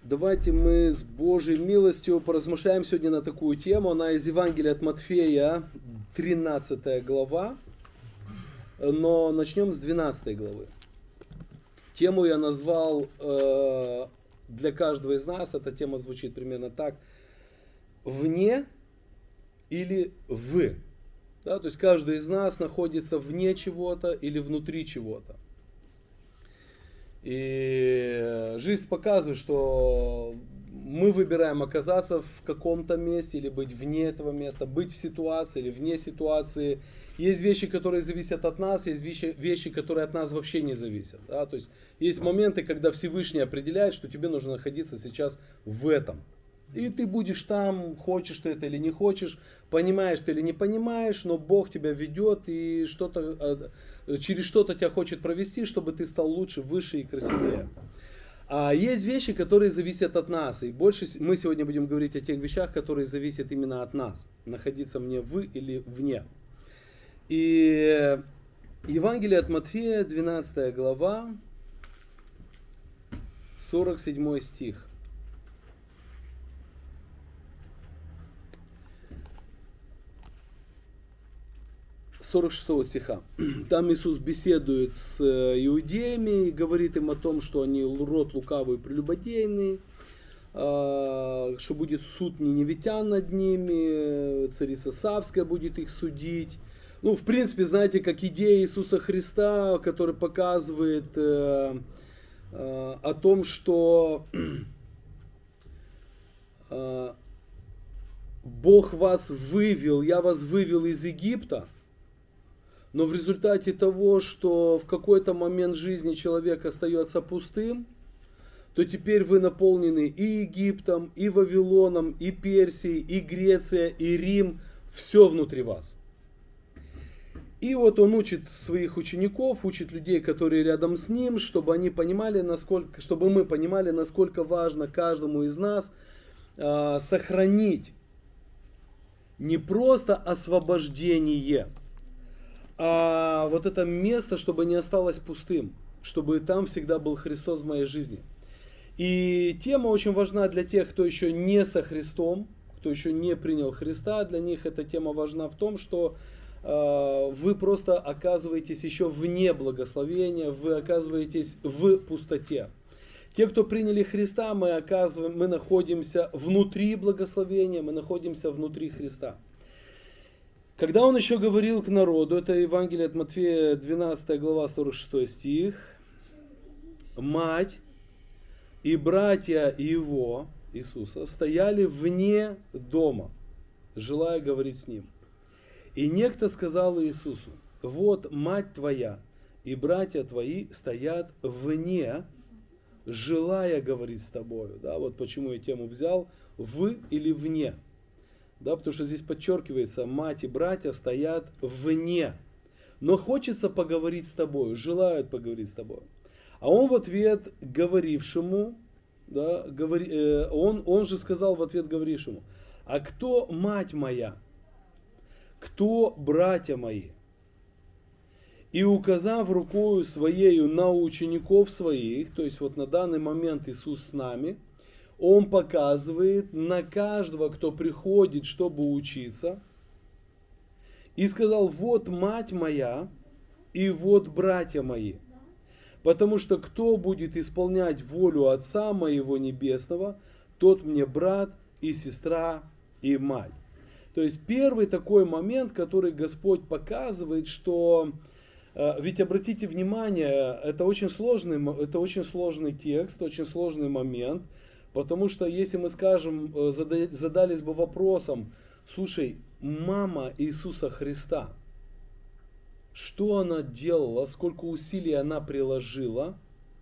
Давайте мы с Божьей милостью поразмышляем сегодня на такую тему. Она из Евангелия от Матфея, 13 глава. Но начнем с 12 главы. Тему я назвал для каждого из нас. Эта тема звучит примерно так. Вне или в. Да, то есть каждый из нас находится вне чего-то или внутри чего-то. И жизнь показывает, что мы выбираем оказаться в каком-то месте или быть вне этого места, быть в ситуации или вне ситуации. Есть вещи, которые зависят от нас, есть вещи, которые от нас вообще не зависят. Да? То есть есть моменты, когда Всевышний определяет, что тебе нужно находиться сейчас в этом. И ты будешь там, хочешь ты это или не хочешь, понимаешь ты или не понимаешь, но Бог тебя ведет и через что-то тебя хочет провести, чтобы ты стал лучше, выше и красивее. А есть вещи, которые зависят от нас. И больше мы сегодня будем говорить о тех вещах, которые зависят именно от нас. Находиться мне в или вне. И Евангелие от Матфея, 12 глава, 47 стих. 46 стиха. Там Иисус беседует с иудеями и говорит им о том, что они род лукавый и прелюбодейный, что будет суд ниневитян над ними, царица Савская будет их судить. Ну, в принципе, знаете, как идея Иисуса Христа, который показывает о том, что Бог вас вывел, я вас вывел из Египта. Но в результате того, что в какой-то момент жизни человек остается пустым, то теперь вы наполнены и Египтом, и Вавилоном, и Персией, и Греция, и Рим. Все внутри вас. И вот он учит своих учеников, учит людей, которые рядом с ним, чтобы мы понимали, насколько важно каждому из нас сохранить не просто освобождение, а вот это место, чтобы не осталось пустым, чтобы там всегда был Христос в моей жизни. И тема очень важна для тех, кто еще не со Христом, кто еще не принял Христа. Для них эта тема важна в том, что вы просто оказываетесь еще вне благословения, вы оказываетесь в пустоте. Те, кто приняли Христа, мы находимся внутри благословения, мы находимся внутри Христа. Когда он еще говорил к народу, это Евангелие от Матфея, 12 глава, 46 стих, мать и братья его, Иисуса, стояли вне дома, желая говорить с ним. И некто сказал Иисусу: вот мать твоя и братья твои стоят вне, желая говорить с тобою. Да, вот почему я тему взял, в или вне. Да, потому что здесь подчеркивается, мать и братья стоят вне, но хочется поговорить с тобой, желают поговорить с тобой. А он в ответ говорившему, да, он же сказал в ответ говорившему: а кто мать моя, кто братья мои? И указав рукою своею на учеников своих, то есть вот на данный момент Иисус с нами, он показывает на каждого, кто приходит, чтобы учиться. И сказал: вот мать моя и вот братья мои. Потому что кто будет исполнять волю Отца моего Небесного, тот мне брат и сестра и мать. То есть первый такой момент, который Господь показывает, что... Ведь обратите внимание, это очень сложный текст, очень сложный момент. Потому что если мы скажем, задались бы вопросом: слушай, мама Иисуса Христа, что она делала, сколько усилий она приложила,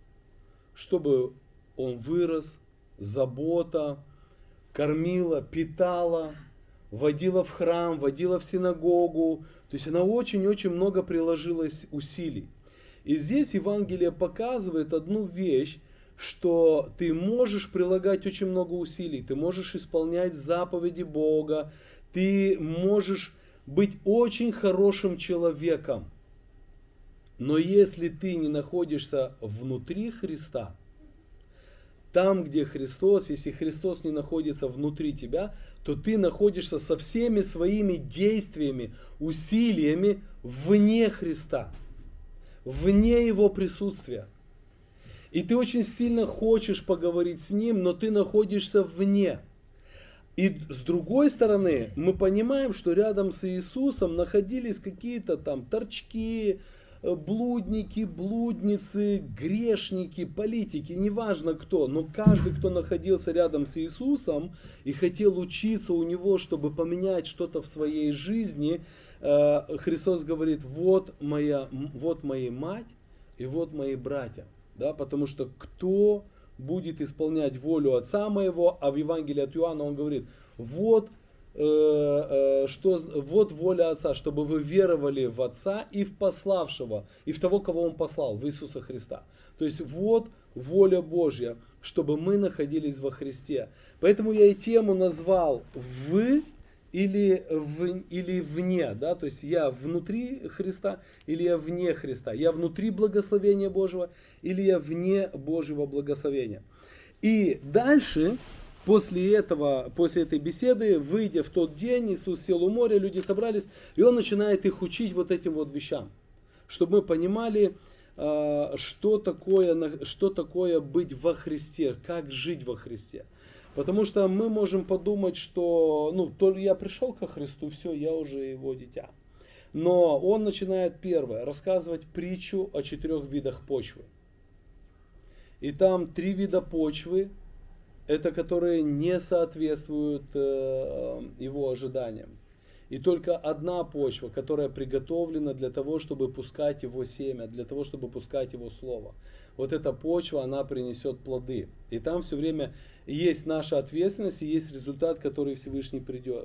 чтобы он вырос, забота, кормила, питала, водила в храм, водила в синагогу. То есть она очень-очень много приложила усилий. И здесь Евангелие показывает одну вещь, что ты можешь прилагать очень много усилий, ты можешь исполнять заповеди Бога, ты можешь быть очень хорошим человеком. Но если ты не находишься внутри Христа, Там, где Христос, если Христос не находится внутри тебя, то ты находишься со всеми своими действиями, усилиями вне Христа, вне Его присутствия. И ты очень сильно хочешь поговорить с Ним, но ты находишься вне. И с другой стороны, мы понимаем, что рядом с Иисусом находились какие-то там торчки, блудники, блудницы, грешники, политики, неважно кто, но каждый, кто находился рядом с Иисусом и хотел учиться у Него, чтобы поменять что-то в своей жизни, Христос говорит: вот моя мать и вот мои братья. Да, потому что кто будет исполнять волю Отца моего, а в Евангелии от Иоанна он говорит: вот воля Отца, чтобы вы веровали в Отца и в пославшего, и в того, кого Он послал, в Иисуса Христа. То есть вот воля Божья, чтобы мы находились во Христе. Поэтому я и тему назвал «в» или вне, да, то есть я внутри Христа или я вне Христа, я внутри благословения Божьего или я вне Божьего благословения. И дальше, после этой беседы, выйдя в тот день, Иисус сел у моря, люди собрались, и Он начинает их учить вот этим вот вещам, чтобы мы понимали, что такое быть во Христе, как жить во Христе. Потому что мы можем подумать, что я пришел ко Христу, все, я уже Его дитя. Но Он начинает первое, рассказывать притчу о 4 видах почвы. И там 3 вида почвы, это которые не соответствуют Его ожиданиям. И только одна почва, которая приготовлена для того, чтобы пускать Его семя, для того, чтобы пускать Его слово. Вот эта почва, она принесет плоды. И там все время есть наша ответственность и есть результат, который Всевышний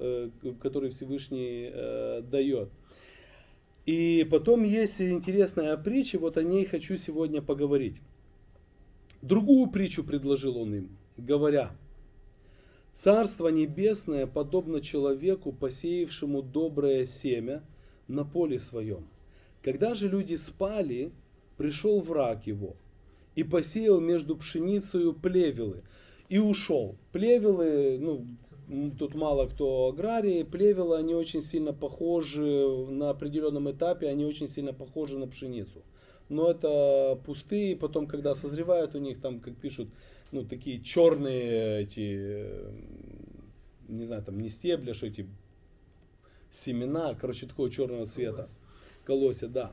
дает. И потом есть интересная притча, вот о ней хочу сегодня поговорить. Другую притчу предложил он им, говоря: «Царство небесное подобно человеку, посеявшему доброе семя на поле своем. Когда же люди спали, пришел враг его и посеял между пшеницею плевелы и ушел». Плевелы, тут мало кто аграрии, плевелы, они очень сильно похожи на определенном этапе, они очень сильно похожи на пшеницу. Но это пустые, потом, когда созревают у них, там, как пишут, такие черные не знаю, там не стебли, а что эти семена, такого черного цвета. Колосья, да.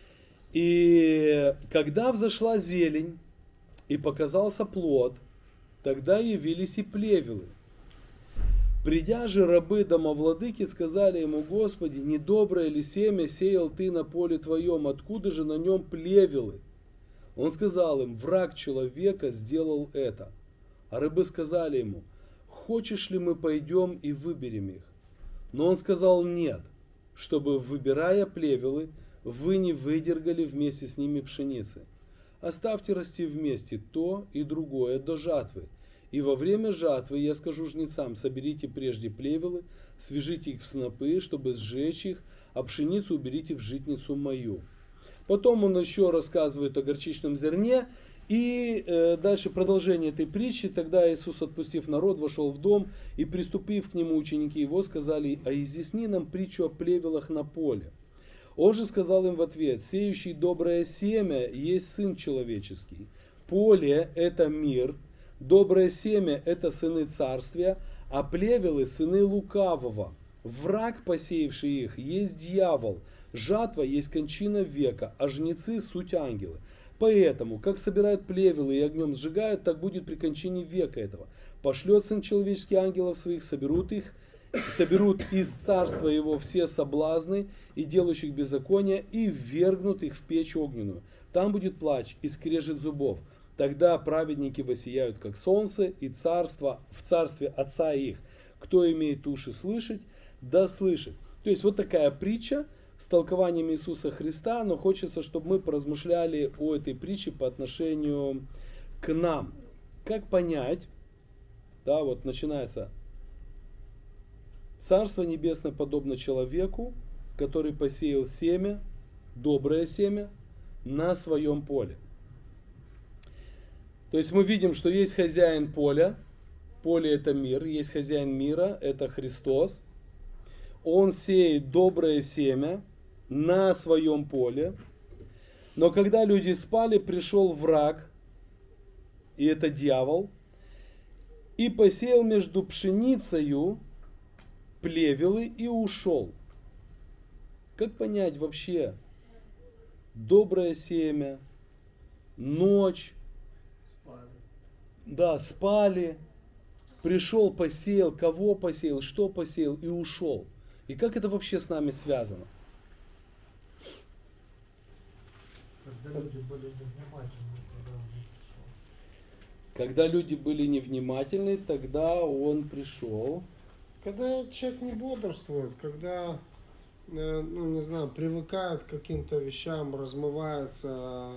И когда взошла зелень и показался плод, тогда явились и плевелы. Придя же рабы домовладыки, сказали ему: Господи, недоброе ли семя сеял ты на поле твоем, откуда же на нем плевелы? Он сказал им: враг человека сделал это. А рабы сказали ему: хочешь ли мы пойдем и выберем их? Но он сказал: нет, чтобы, выбирая плевелы, вы не выдергали вместе с ними пшеницы. Оставьте расти вместе то и другое до жатвы. И во время жатвы я скажу жнецам: соберите прежде плевелы, свяжите их в снопы, чтобы сжечь их, а пшеницу уберите в житницу мою. Потом он еще рассказывает о горчичном зерне. И дальше продолжение этой притчи. Тогда Иисус, отпустив народ, вошел в дом, и приступив к нему, ученики его сказали: а изъясни нам притчу о плевелах на поле. Он же сказал им в ответ: сеющий доброе семя есть Сын Человеческий. Поле – это мир, доброе семя – это сыны царствия, а плевелы – сыны лукавого. Враг, посеявший их, есть дьявол. Жатва есть кончина века, а жнецы – суть ангелы. Поэтому, как собирают плевелы и огнем сжигают, так будет при кончине века этого. Пошлет Сын Человеческий ангелов своих, соберут из царства его все соблазны и делающих беззакония, и ввергнут их в печь огненную. Там будет плач и скрежет зубов. Тогда праведники воссияют, как солнце, и в царстве Отца их. Кто имеет уши слышать, да слышит. То есть вот такая притча с толкованием Иисуса Христа, но хочется, чтобы мы поразмышляли о этой притче по отношению к нам. Как понять, да, вот начинается: Царство Небесное подобно человеку, который посеял семя, доброе семя, на своем поле. То есть мы видим, что есть хозяин поля. Поле это мир. Есть хозяин мира, это Христос. Он сеет доброе семя на своем поле. Но когда люди спали, пришел враг, и это дьявол, и посеял между пшеницею плевелы и ушел. Как понять вообще доброе семя, ночь, да, спали, пришел, посеял, кого посеял, что посеял и ушел. И как это вообще с нами связано? Когда люди были невнимательны, когда он пришел. Когда люди были невнимательны, тогда он пришел. Когда человек не бодрствует, когда, ну не знаю, привыкает к каким-то вещам, размывается,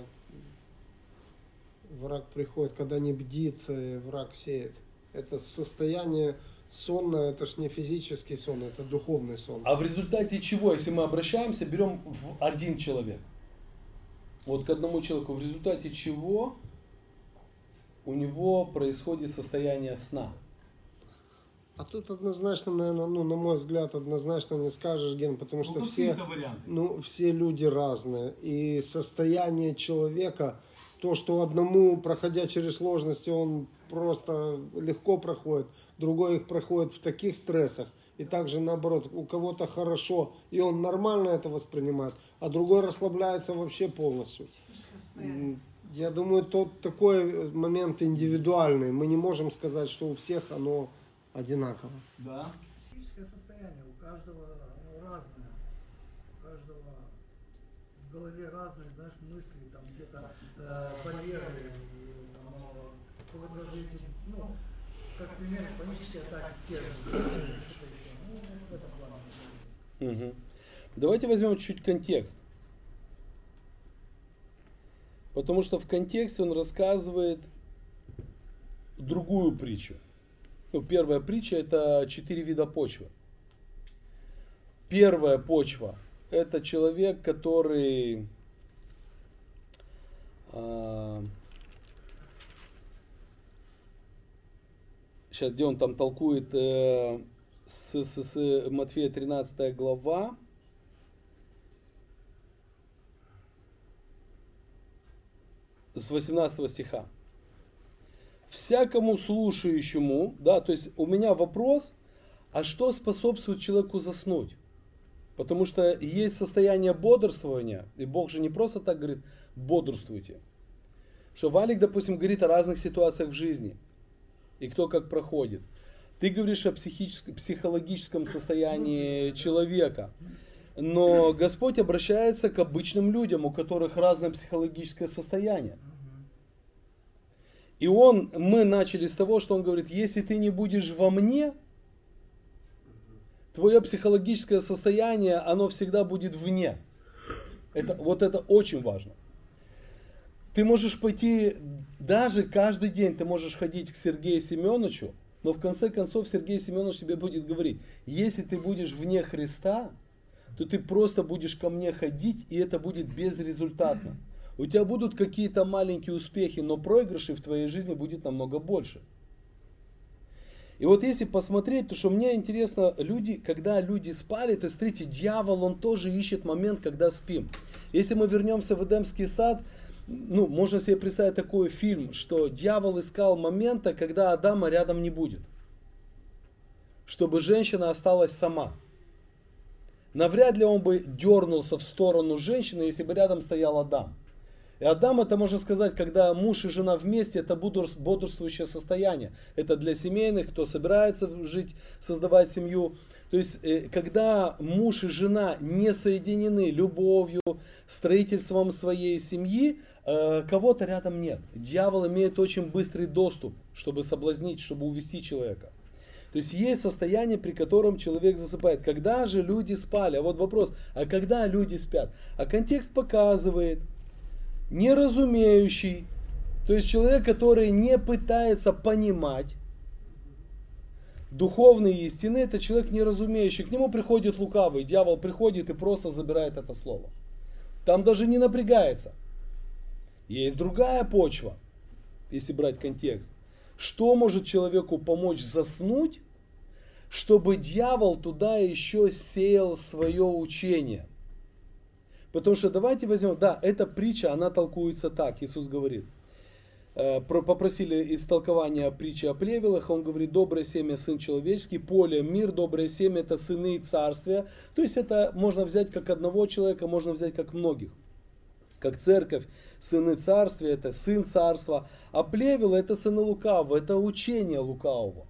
враг приходит, когда не бдит, враг сеет. Это состояние сонное, это ж не физический сон, это духовный сон. А в результате чего, если мы обращаемся, берем в один человек, вот к одному человеку, в результате чего у него происходит состояние сна? А тут однозначно, наверное, ну, на мой взгляд, однозначно не скажешь, Ген, потому что все, все люди разные. И состояние человека, то, что одному, проходя через сложности, он просто легко проходит, другой их проходит в таких стрессах. И также наоборот, у кого-то хорошо, и он нормально это воспринимает, а другой расслабляется вообще полностью. Я думаю, тот такой момент индивидуальный. Мы не можем сказать, что у всех оно одинаково. Да. Психическое состояние у каждого разное. У каждого в голове разные, знаешь, мысли, там где-то барьеры. Вы даже эти, ну, как пример, панические атаки те же. В этом плане. Угу. Давайте возьмем чуть контекст. Потому что в контексте он рассказывает другую притчу. Ну, первая притча это 4 вида почвы. Первая почва это человек, который сейчас где он там толкует с Матфея 13 глава. С 18 стиха. Всякому слушающему, да, то есть у меня вопрос, а что способствует человеку заснуть? Потому что есть состояние бодрствования, и Бог же не просто так говорит, бодрствуйте. Что Валик, допустим, говорит о разных ситуациях в жизни, и кто как проходит. Ты говоришь о психологическом состоянии человека, но Господь обращается к обычным людям, у которых разное психологическое состояние. И мы начали с того, что он говорит, если ты не будешь во мне, твое психологическое состояние, оно всегда будет вне. Вот это очень важно. Ты можешь пойти, даже каждый день ты можешь ходить к Сергею Семеновичу, но в конце концов Сергей Семенович тебе будет говорить, если ты будешь вне Христа, то ты просто будешь ко мне ходить, и это будет безрезультатно. У тебя будут какие-то маленькие успехи, но проигрышей в твоей жизни будет намного больше. И вот если посмотреть, то что мне интересно, когда люди спали, то смотрите, дьявол, он тоже ищет момент, когда спим. Если мы вернемся в Эдемский сад, ну, можно себе представить такой фильм, что дьявол искал момента, когда Адама рядом не будет. Чтобы женщина осталась сама. Навряд ли он бы дернулся в сторону женщины, если бы рядом стоял Адам. И Адам, это можно сказать, когда муж и жена вместе, это бодрствующее состояние. Это для семейных, кто собирается жить, создавать семью. То есть, когда муж и жена не соединены любовью, строительством своей семьи, кого-то рядом нет. Дьявол имеет очень быстрый доступ, чтобы соблазнить, чтобы увести человека. То есть есть состояние, при котором человек засыпает. Когда же люди спали? А вот вопрос, а когда люди спят? А контекст показывает, неразумеющий, то есть человек, который не пытается понимать духовные истины, это человек неразумеющий. К нему приходит лукавый, дьявол приходит и просто забирает это слово. Там даже не напрягается. Есть другая почва. если брать контекст. Что может человеку помочь заснуть, чтобы дьявол туда еще сеял свое учение? Потому что давайте возьмем, да, эта притча, она толкуется так, Иисус говорит. Попросили истолкования притчи о плевелах, он говорит, доброе семя сын человеческий, поле мир, доброе семя это сыны царствия. То есть это можно взять как одного человека, можно взять как многих. Как церковь, сыны царствия, это сын царства, а плевел это сыны лукавого, это учение лукавого.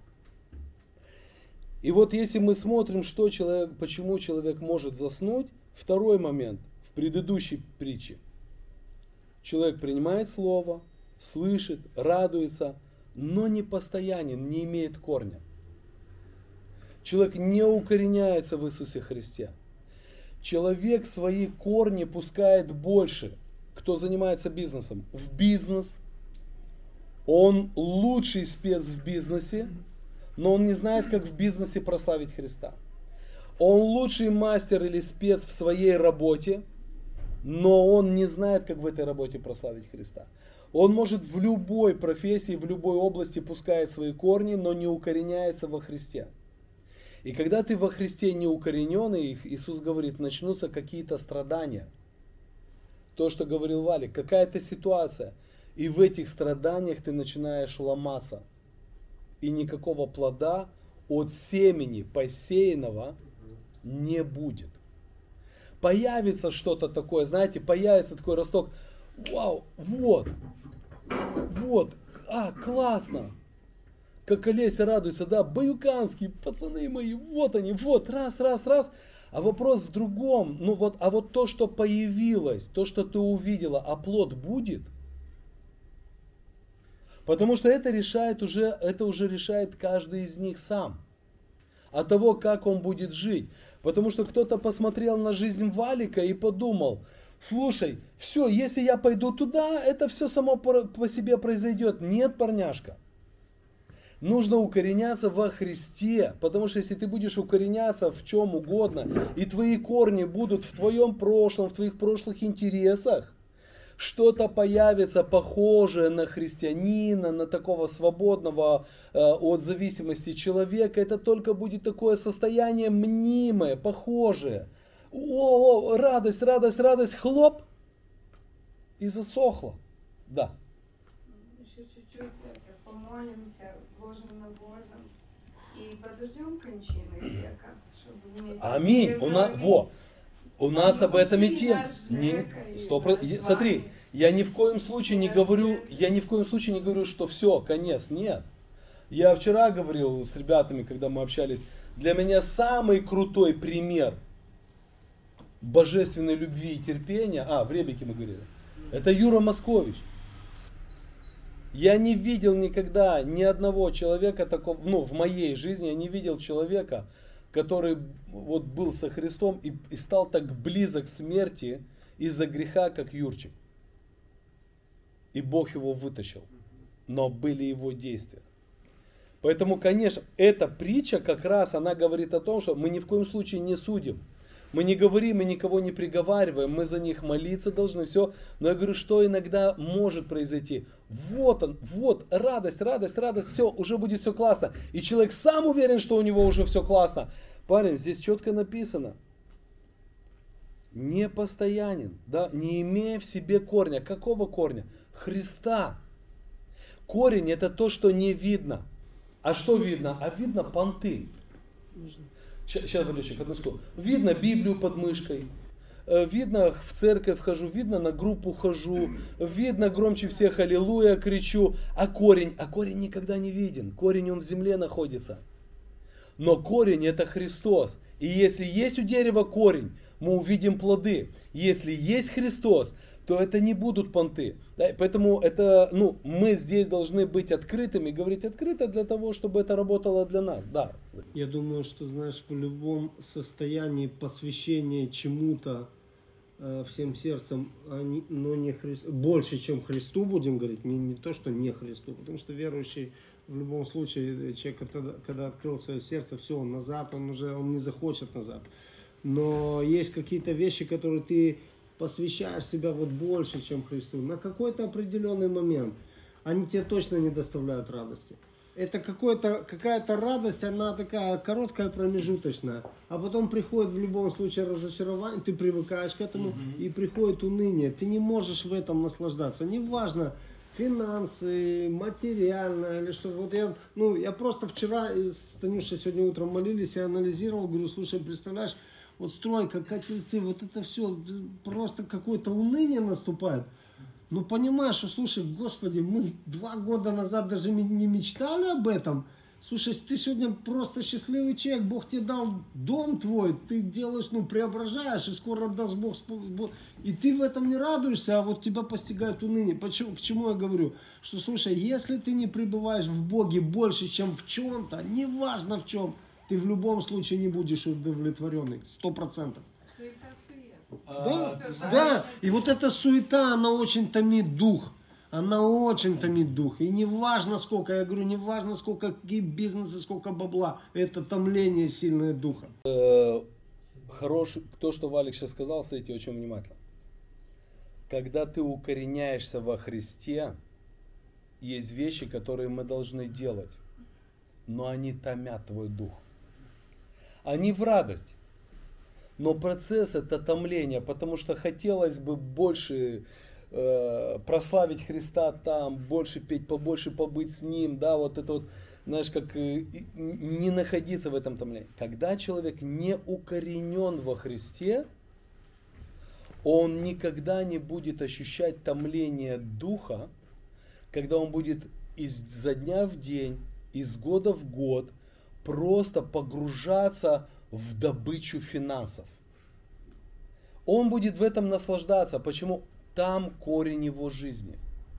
И вот если мы смотрим, почему человек может заснуть, второй момент в предыдущей притче. Человек принимает слово, слышит, радуется, но не постоянен, не имеет корня. Человек не укореняется в Иисусе Христе. Человек свои корни пускает больше. Кто занимается бизнесом? В бизнес. Он лучший спец в бизнесе, но он не знает, как в бизнесе прославить Христа. Он лучший мастер или спец в своей работе, но он не знает, как в этой работе прославить Христа. Он может в любой профессии, в любой области пускает свои корни, но не укореняется во Христе. И когда ты во Христе не укорененный, Иисус говорит, начнутся какие-то страдания. То, что говорил Валик, какая-то ситуация. И в этих страданиях ты начинаешь ломаться. И никакого плода от семени посеянного не будет. Появится что-то такое, знаете, появится такой росток. Вау, вот, классно. Как Олеся радуется, да, баюканские, пацаны мои, вот они, вот, раз. А вопрос в другом, а вот то, что появилось, то, что ты увидела, а плод будет? Потому что это уже решает каждый из них сам. От того, как он будет жить. Потому что кто-то посмотрел на жизнь Валика и подумал, слушай, все, если я пойду туда, это все само по себе произойдет. Нет, парняшка. Нужно укореняться во Христе, потому что если ты будешь укореняться в чем угодно, и твои корни будут в твоем прошлом, в твоих прошлых интересах, что-то появится похожее на христианина, на такого свободного от зависимости человека, это только будет такое состояние мнимое, похожее. Радость, хлоп, и засохло. Да. Еще чуть-чуть помолимся, вложим навозом и подождем кончины века, чтобы вместе. Аминь. У нас об этом и тема. Смотри, я ни в коем случае не говорю, что все, конец. Нет. Я вчера говорил с ребятами, когда мы общались, для меня самый крутой пример божественной любви и терпения, в Ребеке мы говорили, это Юра Москович. Я не видел никогда ни одного человека такого, в моей жизни я не видел человека, который был со Христом и стал так близок к смерти из-за греха, как Юрчик. И Бог его вытащил. Но были его действия. Поэтому, конечно, эта притча как раз, она говорит о том, что мы ни в коем случае не судим. Мы не говорим, мы никого не приговариваем, мы за них молиться должны, все. Но я говорю, что иногда может произойти. Радость, все, уже будет все классно. И человек сам уверен, что у него уже все классно. Парень, здесь четко написано. Непостоянен, да, не имея в себе корня. Какого корня? Христа. Корень это то, что не видно. А что видно? А видно понты. Сейчас, Валерчик, одну секунду. Видно Библию под мышкой. Видно, в церковь хожу, видно, на группу хожу, видно, громче всех аллилуйя кричу. А корень никогда не виден. Корень он в земле находится. Но корень это Христос. И если есть у дерева корень, мы увидим плоды. Если есть Христос, то это не будут понты. Да? Поэтому это, мы здесь должны быть открытыми, говорить открыто для того, чтобы это работало для нас. Да. Я думаю, что, знаешь, в любом состоянии посвящения чему-то всем сердцем, но не Христу, больше, чем Христу, будем говорить, не то, что не Христу, потому что верующий в любом случае, человек, когда открыл свое сердце, все, он назад, он не захочет назад. Но есть какие-то вещи, которые ты посвящаешь себя больше, чем Христу, на какой-то определенный момент. они тебе точно не доставляют радости. Это какая-то радость, она такая короткая, промежуточная. А потом приходит в любом случае разочарование, ты привыкаешь к этому, и приходит уныние. Ты не можешь в этом наслаждаться. Неважно, финансы, материально или что. Вот я просто вчера с Танюшей сегодня утром молились, я анализировал, говорю, слушай, представляешь, вот стройка, котельцы, вот это все, просто какое-то уныние наступает. Ну понимаешь, что, слушай, Господи, мы 2 года назад даже не мечтали об этом. Слушай, ты сегодня просто счастливый человек, Бог тебе дал дом твой, ты делаешь, преображаешь, и скоро даст Бог, и ты в этом не радуешься, а вот тебя постигает уныние. К чему я говорю? Что, слушай, если ты не пребываешь в Боге больше, чем в чем-то, неважно в чем, ты в любом случае не будешь удовлетворенный, 100%. Да, и вот эта суета, она очень томит дух. Она очень томит дух. И не важно сколько, я говорю, не важно сколько, какие бизнесы, сколько бабла. Это томление сильное духа. Хороший, то, что Валик сейчас сказал, смотрите очень внимательно. Когда ты укореняешься во Христе, есть вещи, которые мы должны делать. Но они томят твой дух. Они в радость. Но процесс это томление, потому что хотелось бы больше прославить Христа там, больше петь, побольше побыть с Ним, да, вот это вот, знаешь, как не находиться в этом томлении. Когда человек не укоренен во Христе, он никогда не будет ощущать томление духа, когда он будет изо дня в день, из года в год просто погружаться в добычу финансов. Он будет в этом наслаждаться. Почему? Там корень его жизни.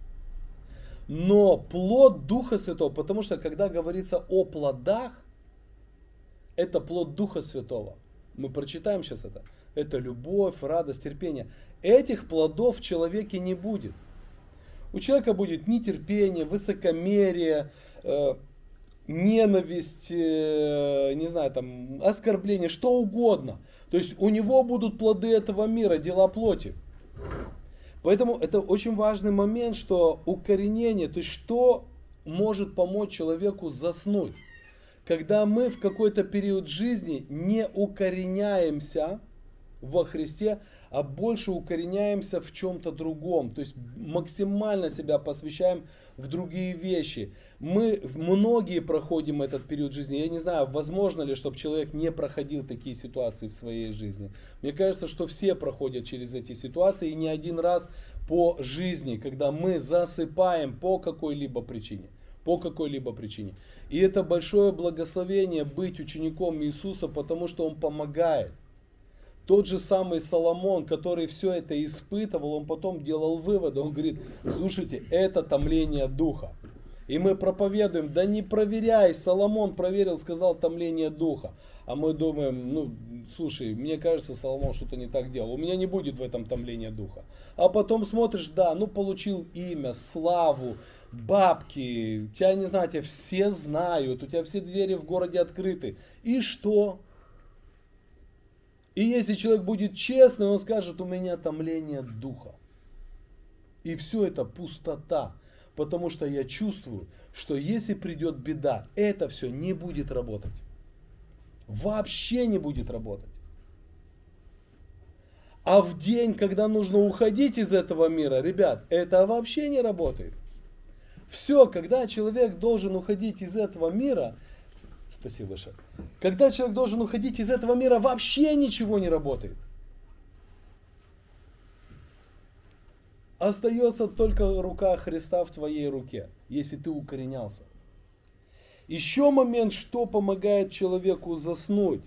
Но плод Духа Святого, потому что когда говорится о плодах, это плод Духа Святого. Мы прочитаем сейчас это. Это любовь, радость, терпение. Этих плодов в человеке не будет. У человека будет нетерпение, высокомерие, ненависть, не знаю, там, оскорбление, что угодно. То есть у него будут плоды этого мира, дела плоти. Поэтому это очень важный момент, что укоренение, то есть что может помочь человеку заснуть. Когда мы в какой-то период жизни не укореняемся во Христе, а больше укореняемся в чем-то другом. То есть максимально себя посвящаем в другие вещи. Многие проходим этот период жизни. Я не знаю, возможно ли, чтобы человек не проходил такие ситуации в своей жизни. Мне кажется, что все проходят через эти ситуации, и не один раз по жизни, когда мы засыпаем по какой-либо причине. По какой-либо причине. И это большое благословение быть учеником Иисуса, потому что Он помогает. Тот же самый Соломон, который все это испытывал, он потом делал выводы. Он говорит, слушайте, это томление духа. И мы проповедуем, да не проверяй, Соломон проверил, сказал томление духа. А мы думаем, слушай, мне кажется, Соломон что-то не так делал. У меня не будет в этом томление духа. А потом смотришь, да, получил имя, славу, бабки, тебя, не знаю, тебя все знают, у тебя все двери в городе открыты. И что? И если человек будет честный, он скажет, у меня томление духа. И все это пустота. Потому что я чувствую, что если придет беда, это все не будет работать. Вообще не будет работать. А в день, когда нужно уходить из этого мира, ребят, это вообще не работает. Все, когда человек должен уходить из этого мира, спасибо большое. Когда человек должен уходить из этого мира, вообще ничего не работает. Остается только рука Христа в твоей руке, если ты укоренялся. Еще момент, что помогает человеку заснуть.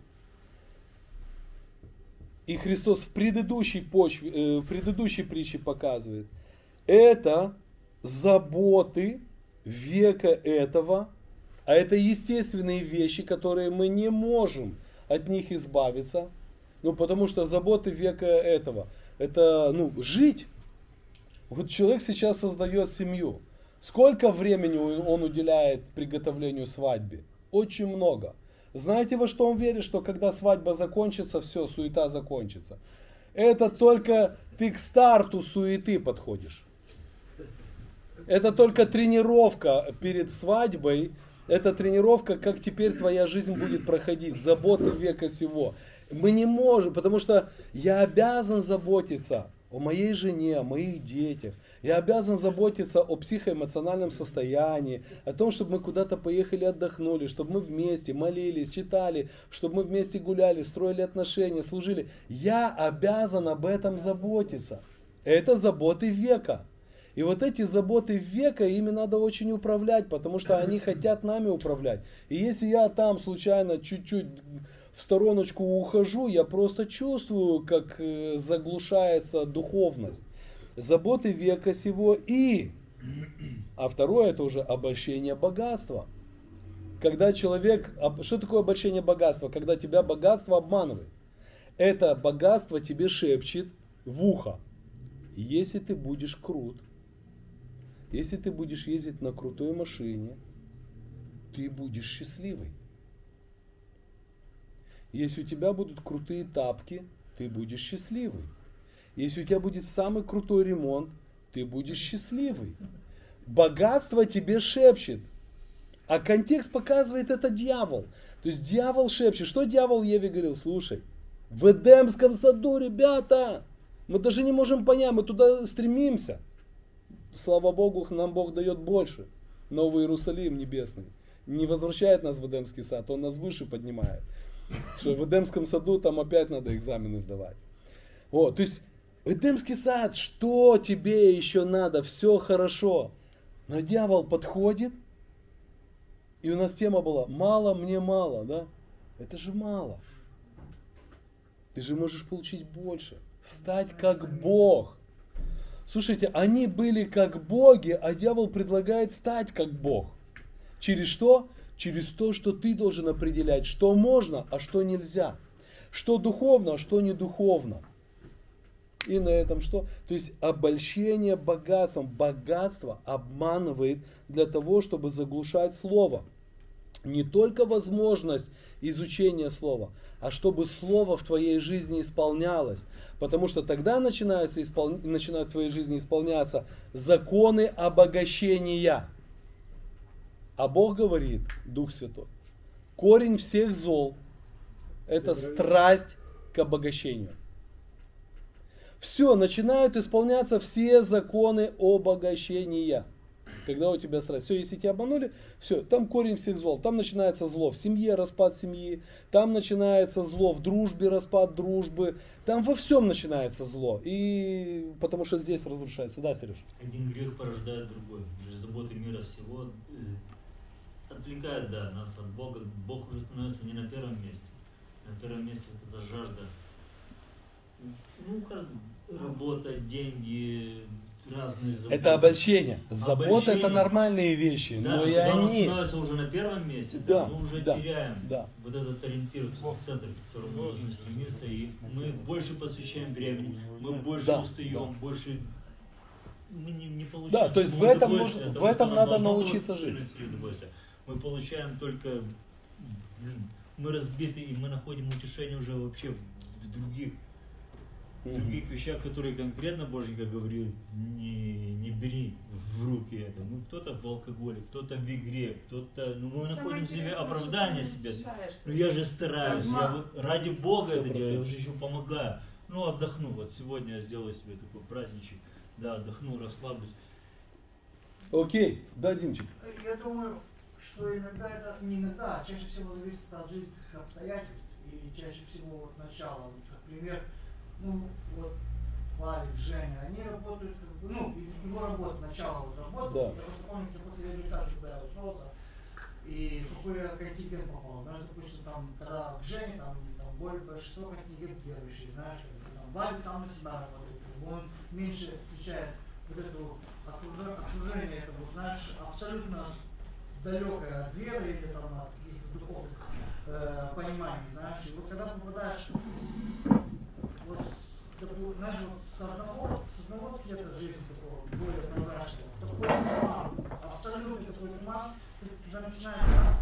И Христос в предыдущей притче показывает. Это заботы века этого. А это естественные вещи, которые мы не можем от них избавиться. Потому что заботы века этого. Это, жить. Вот человек сейчас создает семью. Сколько времени он уделяет приготовлению свадьбы? Очень много. Знаете, во что он верит? Что когда свадьба закончится, все, суета закончится. Это только ты к старту суеты подходишь. Это только тренировка перед свадьбой. Это тренировка, как теперь твоя жизнь будет проходить. Заботы века сего. Мы не можем, потому что я обязан заботиться о моей жене, о моих детях. Я обязан заботиться о психоэмоциональном состоянии, о том, чтобы мы куда-то поехали, отдохнули, чтобы мы вместе молились, читали, чтобы мы вместе гуляли, строили отношения, служили. Я обязан об этом заботиться. Это заботы века. И вот эти заботы века, ими надо очень управлять, потому что они хотят нами управлять. И если я там случайно чуть-чуть в стороночку ухожу, я просто чувствую, как заглушается духовность. Заботы века сего а второе это уже обольщение богатства. Когда человек, что такое обольщение богатства? Когда тебя богатство обманывает. Это богатство тебе шепчет в ухо. Если ты будешь крут, если ты будешь ездить на крутой машине, ты будешь счастливый. Если у тебя будут крутые тапки, ты будешь счастливый. Если у тебя будет самый крутой ремонт, ты будешь счастливый. Богатство тебе шепчет. А контекст показывает это дьявол. То есть дьявол шепчет. Что дьявол Еве говорил? Слушай, в Эдемском саду, ребята, мы даже не можем понять, мы туда стремимся. Слава Богу, нам Бог дает больше. Новый Иерусалим небесный. Не возвращает нас в Эдемский сад, Он нас выше поднимает. Что в Эдемском саду там опять надо экзамены сдавать. То есть Эдемский сад, что тебе еще надо? Все хорошо. Но дьявол подходит, и у нас тема была «мало мне мало», да? Это же мало. Ты же можешь получить больше. Стать как Бог. Слушайте, они были как боги, а дьявол предлагает стать как Бог. Через что? Через то, что ты должен определять, что можно, а что нельзя. Что духовно, а что не духовно. И на этом что? То есть обольщение богатством. Богатство обманывает для того, чтобы заглушать слово. Не только возможность изучения слова, а чтобы слово в твоей жизни исполнялось. Потому что тогда начинают в твоей жизни исполняться законы обогащения. А Бог говорит, Дух Святой, корень всех зол – это страсть к обогащению. Все, начинают исполняться все законы обогащения. Когда у тебя страсть. Все, если тебя обманули, все, там корень всех зол. Там начинается зло в семье, распад семьи. Там начинается зло в дружбе, распад дружбы. Там во всем начинается зло. И потому что здесь разрушается. Да, Сереж? Один грех порождает другой. Заботы мира всего отвлекает, нас от Бога. Бог уже становится не на первом месте. На первом месте это жажда. Работа, деньги, разные заботы. Это обольщение. Забота это нормальные вещи, да, но и они... становится уже на первом месте, мы уже теряем вот этот ориентир, центр, к которому мы должны стремиться, и мы больше посвящаем времени, мы больше устаем, больше мы не получаем. Да, то есть в этом надо научиться жить. Мы получаем только, мы разбиты, и мы находим утешение уже вообще в других вещах, которые конкретно Боженька говорил, не бери в руки это. Кто-то в алкоголе, кто-то в игре, кто-то, мы находим себе оправдание себе. Я же стараюсь, ради Бога это делаю, я же еще помогаю. Отдохну, вот сегодня я сделаю себе такой праздничек, отдохну, расслаблюсь. Окей, да, Димчик. Я думаю, что иногда это не иногда, а чаще всего зависит от жизненных обстоятельств и чаще всего начала. Как пример, Валик, Женя, они работают, его работа, начало работы, я просто помню, что после реабилитации, когда я устроился, и в какой я контингент попал, допустим, когда к Жене, большинство контингент верующие, Валик сам на себя работает, он меньше включает вот это окружение, это, абсолютно далекое от веры или от каких-то духовных пониманий, и вот когда попадаешь с одного цвета жизни такого, более прозрачного, такой туман, абсолютно такой туман, ты начинаешь,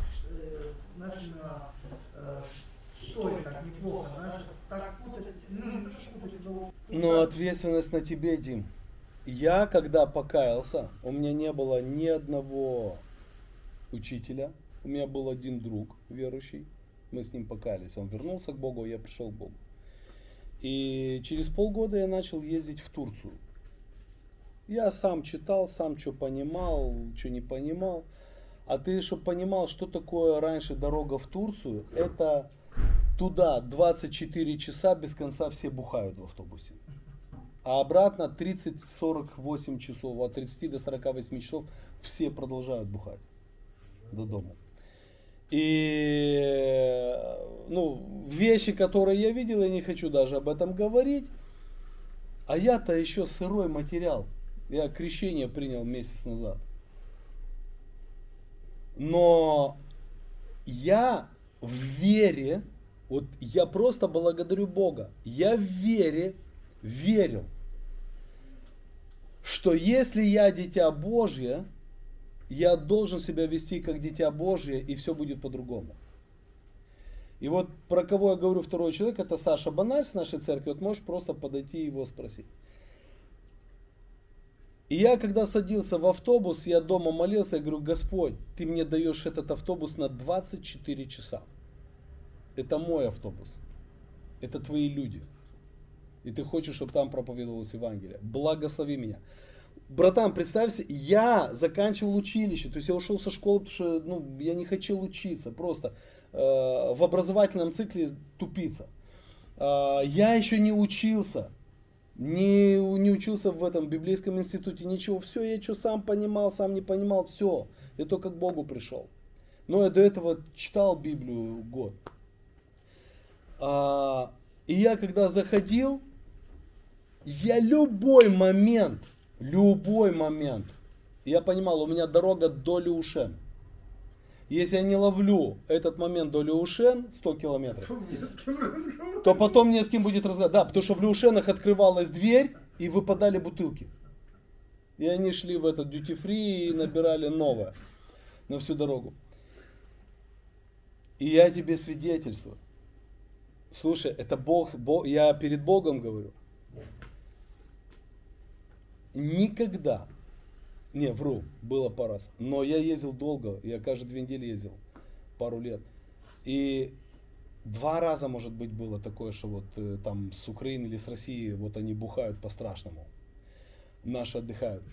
что это так неплохо, так путать, не то что путать, но ответственность на тебе, Дим. я когда покаялся, у меня не было ни одного учителя, у меня был один друг верующий, мы с ним покаялись, он вернулся к Богу, я пришел к Богу. И через полгода я начал ездить в Турцию. Я сам читал, сам что понимал, что не понимал. А ты, чтобы понимал, что такое раньше дорога в Турцию, это туда 24 часа без конца все бухают в автобусе. А обратно 30-48 часов, от 30 до 48 часов все продолжают бухать до дома. И вещи, которые я видел, я не хочу даже об этом говорить. А я-то еще сырой материал. Я крещение принял месяц назад. Но я в вере, вот я просто благодарю Бога, я в вере верил, что если я дитя Божье, я должен себя вести как дитя Божье, и все будет по-другому. И вот про кого я говорю второй человек, это Саша Баналь с нашей церкви, вот можешь просто подойти и его спросить. И я когда садился в автобус, я дома молился, я говорю: Господь, ты мне даешь этот автобус на 24 часа. Это мой автобус. Это твои люди. И ты хочешь, чтобы там проповедовалось Евангелие. Благослови меня. Братан, представься, я заканчивал училище, то есть я ушел со школы, потому что я не хотел учиться, просто в образовательном цикле тупиться. Я еще не учился. Не учился в этом библейском институте, ничего. Все, я что сам понимал, сам не понимал, все. Я только к Богу пришел. Но я до этого читал Библию год. И я когда заходил, я любой момент, я понимал, у меня дорога до Леушен. Если я не ловлю этот момент до Леушен, 100 километров, то потом не с кем будет разговаривать. Да, потому что в Леушенах открывалась дверь и выпадали бутылки. И они шли в этот duty free и набирали новое на всю дорогу. И я тебе свидетельствую. Слушай, это Бог, я перед Богом говорю. Никогда. Не, вру, было пару раз. Но я ездил долго, я каждые 2 недели ездил, пару лет. И 2 раза, может быть, было такое, что вот там с Украины или с России, вот они бухают по-страшному. Наши отдыхают.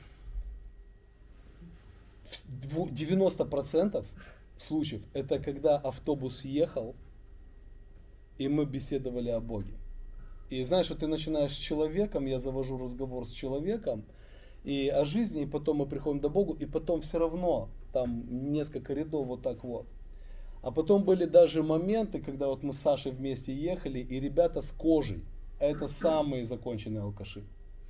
90% случаев, это когда автобус ехал, и мы беседовали о Боге. И знаешь, что ты начинаешь с человеком, я завожу разговор с человеком, и о жизни, и потом мы приходим до Бога, и потом все равно там несколько рядов вот так вот. А потом были даже моменты, когда вот мы с Сашей вместе ехали, и ребята с кожей, а это самые законченные алкаши.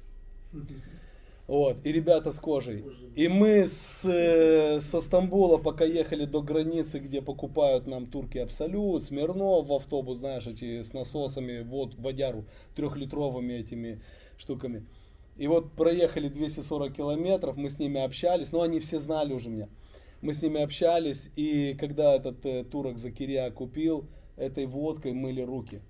Вот, и ребята с кожей. И мы со Стамбула, пока ехали до границы, где покупают нам турки Абсолют, Смирнов в автобус, знаешь, эти с насосами, водяру, 3-литровыми этими штуками. И вот проехали 240 километров, мы с ними общались, но они все знали уже меня. Мы с ними общались, и когда этот турок Закирия купил, этой водкой мыли руки.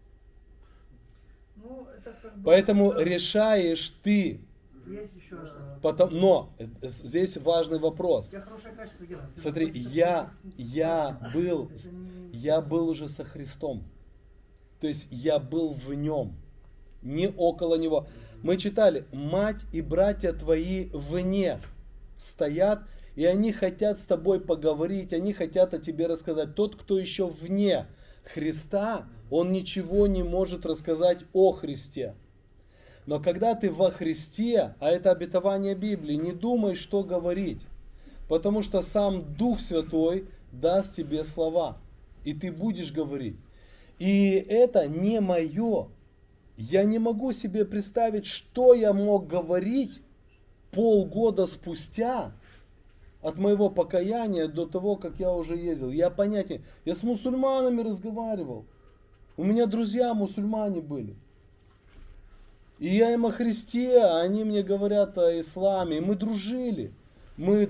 Это как бы, Поэтому решаешь ты. Есть еще. Но здесь важный вопрос. У тебя хорошее качество, Гена. Смотри, я был уже со Христом. То есть я был в нем, не около него. Мы читали: мать и братья твои вне стоят, и они хотят с тобой поговорить, они хотят о тебе рассказать. Тот, кто еще вне Христа, он ничего не может рассказать о Христе. Но когда ты во Христе, а это обетование Библии, не думай, что говорить. Потому что сам Дух Святой даст тебе слова. И ты будешь говорить. И это не мое. Я не могу себе представить, что я мог говорить полгода спустя от моего покаяния до того, как я уже ездил. Я с мусульманами разговаривал. У меня друзья мусульмане были. И я им о Христе, а они мне говорят о исламе. И мы дружили. Мы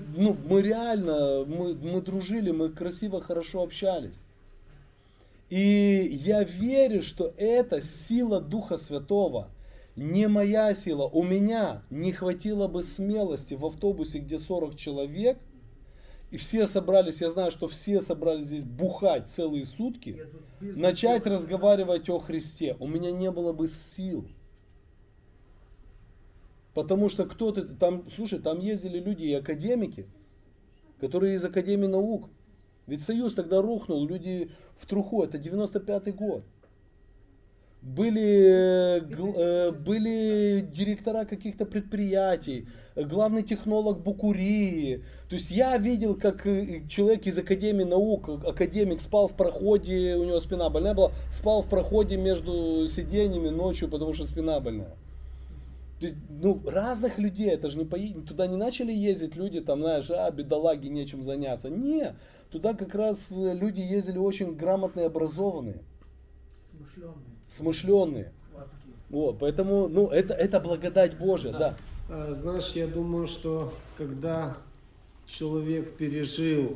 дружили, мы красиво, хорошо общались. И я верю, что это сила Духа Святого. Не моя сила. У меня не хватило бы смелости в автобусе, где 40 человек, и все собрались, я знаю, что все собрались здесь бухать целые сутки, начать разговаривать о Христе. У меня не было бы сил. Потому что кто-то там, слушай, там ездили люди и академики, которые из Академии наук. Ведь Союз тогда рухнул, люди в труху, это 95-й год. Были директора каких-то предприятий, главный технолог Букурии. То есть я видел, как человек из Академии наук, академик, спал в проходе, у него спина больная была, спал в проходе между сиденьями ночью, потому что спина больная. То есть, разных людей, это же туда не начали ездить люди, там, знаешь, бедолаги, нечем заняться. Не, туда как раз люди ездили очень грамотные, образованные. Смышленные. Вот, поэтому, это благодать Божия, да. Знаешь, я думаю, что когда человек пережил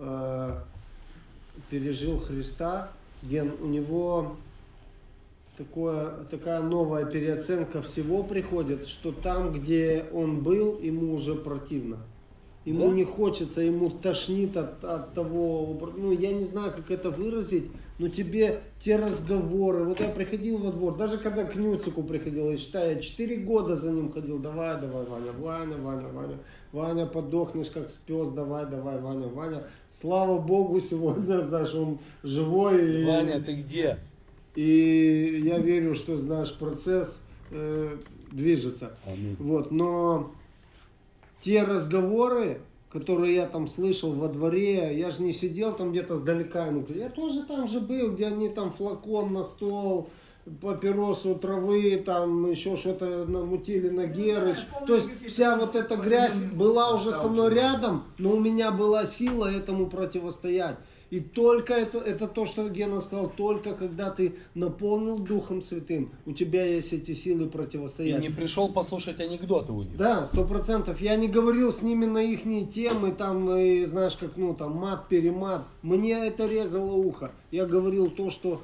Христа, у него такая новая переоценка всего приходит, что там, где он был, ему уже противно. Ему не хочется, ему тошнит от того, я не знаю, как это выразить, но тебе те разговоры, вот я приходил во двор, даже когда к Нюцику приходил, я считаю, я 4 года за ним ходил, давай, Ваня, подохнешь как пес, давай, Ваня. Слава Богу, сегодня, знаешь, он живой. Ваня, ты где? И я верю, что, знаешь, процесс движется. Аминь. Вот, но те разговоры, которые я там слышал во дворе, я же не сидел там где-то сдалека, я тоже там же был, где они там флакон на стол, папиросу травы, там еще что-то намутили на Герыч. То есть вся вот эта грязь была уже со мной рядом, но у меня была сила этому противостоять. И только это то, что Гена сказал, только когда ты наполнил Духом Святым, у тебя есть эти силы противостоять. И не пришел послушать анекдоты у них. Да, 100%. Я не говорил с ними на их темы, там, и, знаешь, как, мат, перемат. Мне это резало ухо. Я говорил то, что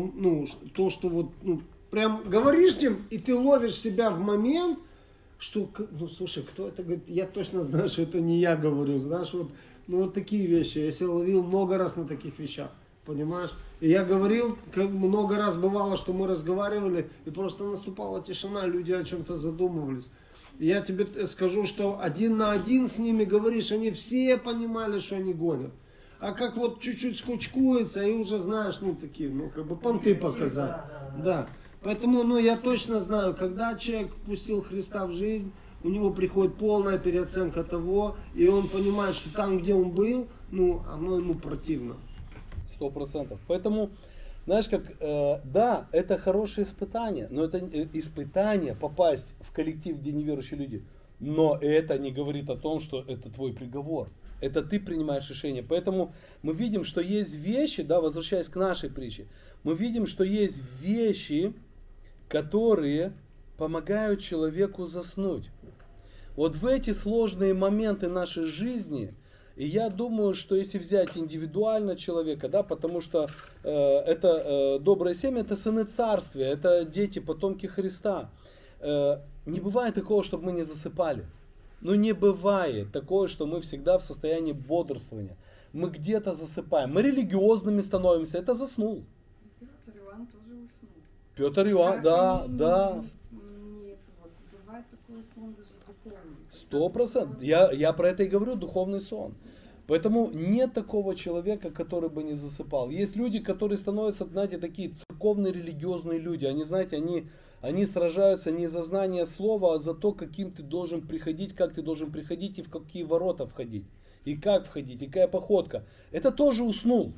прям говоришь им, и ты ловишь себя в момент, что, слушай, кто это говорит, я точно знаю, что это не я говорю, знаешь, вот такие вещи. Я себя ловил много раз на таких вещах, понимаешь? И я говорил, как много раз бывало, что мы разговаривали, и просто наступала тишина, люди о чем-то задумывались. И я тебе скажу, что 1 на 1 с ними говоришь, они все понимали, что они гонят. А как вот чуть-чуть скучкуется, и уже знаешь, такие, понты показать. Да. Поэтому, я точно знаю, когда человек впустил Христа в жизнь, у него приходит полная переоценка того, и он понимает, что там, где он был, оно ему противно. 100%. Поэтому, знаешь, да, это хорошее испытание, но это испытание попасть в коллектив, где неверующие люди, но это не говорит о том, что это твой приговор. Это ты принимаешь решение. Поэтому мы видим, что есть вещи, да, возвращаясь к нашей притче, мы видим, что есть вещи, которые помогают человеку заснуть. Вот в эти сложные моменты нашей жизни, и я думаю, что если взять индивидуально человека, да, потому что это доброе семя, это сыны царствия, это дети, потомки Христа. Не бывает такого, чтобы мы не засыпали. Не бывает такого, что мы всегда в состоянии бодрствования. Мы где-то засыпаем. Мы религиозными становимся, это заснул. Петр Иван тоже уснул. Петр Иван, да. Нет, бывает такой сон даже духовный. 100%. Я про это и говорю, духовный сон. Поэтому нет такого человека, который бы не засыпал. Есть люди, которые становятся, знаете, такие церковные религиозные люди. Они, знаете, они сражаются не за знание слова, а за то, каким ты должен приходить, как ты должен приходить и в какие ворота входить. И как входить, и какая походка. Это тоже уснул.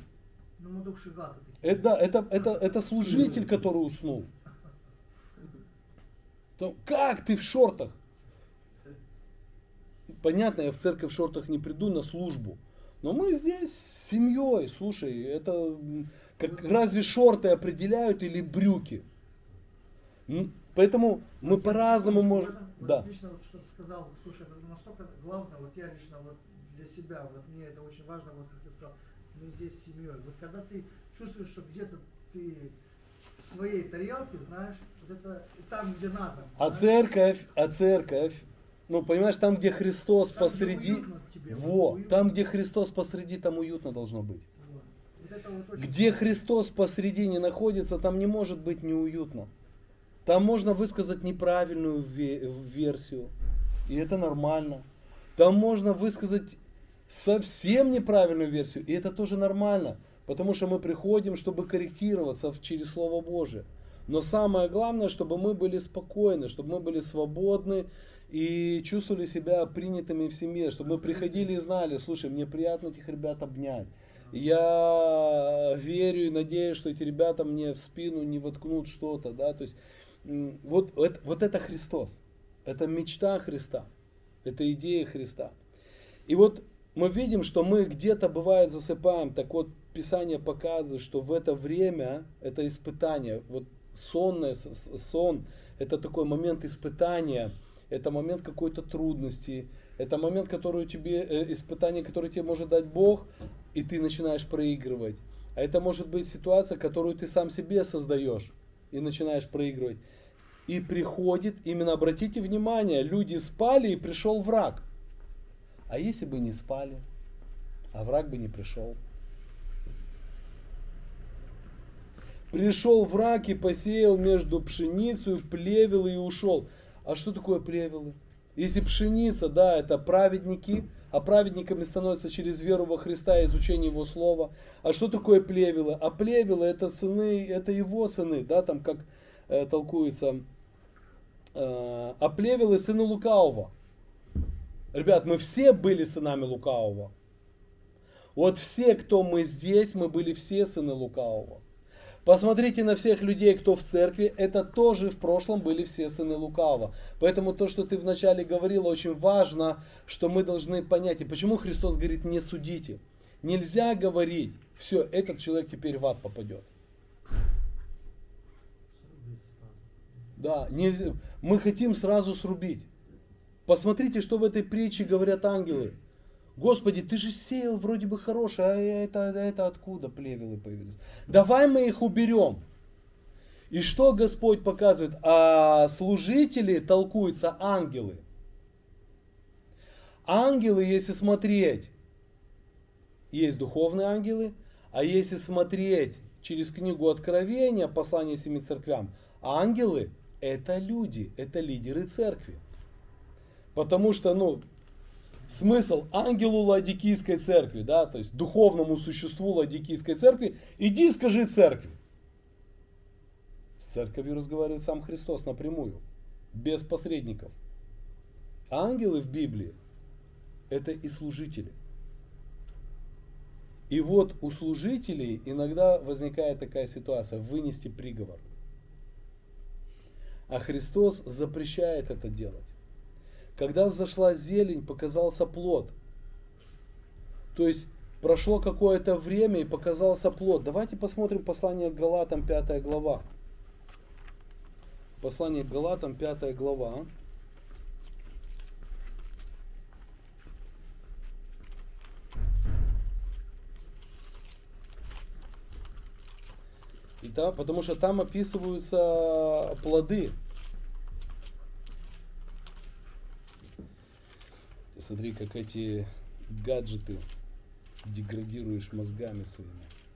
Это служитель, который уснул. Как ты в шортах? Понятно, я в церковь в шортах не приду на службу. Но мы здесь с семьей. Слушай, это разве шорты определяют или брюки? Поэтому мы по-разному можем. Да. Отлично, что ты сказал. Слушай, это настолько главное, я лично для себя, мне это очень важно, как ты сказал, мы здесь с семьей. Когда ты чувствуешь, что где-то ты в своей тарелке, знаешь, вот это там, где надо. А знаешь. церковь, ну понимаешь, там, где Христос Там, где посреди, уютно тебе, вот, там, где Христос посреди, там уютно должно быть. Вот. Вот это вот очень Где важно. Христос посредине находится, там не может быть неуютно. Там можно высказать неправильную версию, и это нормально. Там можно высказать совсем неправильную версию, и это тоже нормально, потому что мы приходим, чтобы корректироваться через Слово Божие. Но самое главное, чтобы мы были спокойны, чтобы мы были свободны и чувствовали себя принятыми в семье, чтобы мы приходили и знали, слушай, мне приятно этих ребят обнять. Я верю и надеюсь, что эти ребята мне в спину не воткнут что-то, да, то есть вот это Христос, это мечта Христа, это идея Христа. И вот мы видим, что мы где-то бывает засыпаем, так вот Писание показывает, что в это время, это испытание, вот сон, это такой момент испытания, это момент какой-то трудности, это момент, который тебе, испытание, которое тебе может дать Бог, и ты начинаешь проигрывать. А это может быть ситуация, которую ты сам себе создаешь и начинаешь проигрывать. И приходит, именно обратите внимание, люди спали и пришел враг. А если бы не спали, а враг бы не пришел? Пришел враг и посеял между пшеницей, плевелы и ушел. А что такое плевелы? Если пшеница, да, это праведники, а праведниками становятся через веру во Христа и изучение Его Слова. А что такое плевелы? А плевелы это сыны, это Его сыны, да, там как толкуется. А плевелы сыны лукавого. Ребят, мы все были сынами лукавого. Вот все, кто мы здесь, мы были все сыны лукавого. Посмотрите на всех людей, кто в церкви, это тоже в прошлом были все сыны лукавого. Поэтому то, что ты вначале говорила, очень важно, что мы должны понять. И почему Христос говорит, не судите. Нельзя говорить, все, этот человек теперь в ад попадет. Да, нельзя. Мы хотим сразу срубить. Посмотрите, что в этой притче говорят ангелы. Господи, ты же сеял вроде бы хорошее, а это откуда плевелы появились? Давай мы их уберем. И что Господь показывает? А служители толкуются ангелы. Ангелы, если смотреть, есть духовные ангелы, а если смотреть через книгу Откровения, послание 7 церквям, ангелы это люди, это лидеры церкви. Потому что, смысл ангелу Ладикийской церкви, да, то есть духовному существу Ладикийской церкви, иди скажи церкви. С церковью разговаривает сам Христос напрямую, без посредников. Ангелы в Библии это и служители. И вот у служителей иногда возникает такая ситуация, вынести приговор. А Христос запрещает это делать. Когда взошла зелень, показался плод. То есть прошло какое-то время и показался плод. Давайте посмотрим послание к Галатам, 5 глава. Послание к Галатам, 5 глава. Потому что там описываются плоды. Смотри, как эти гаджеты деградируешь мозгами своими.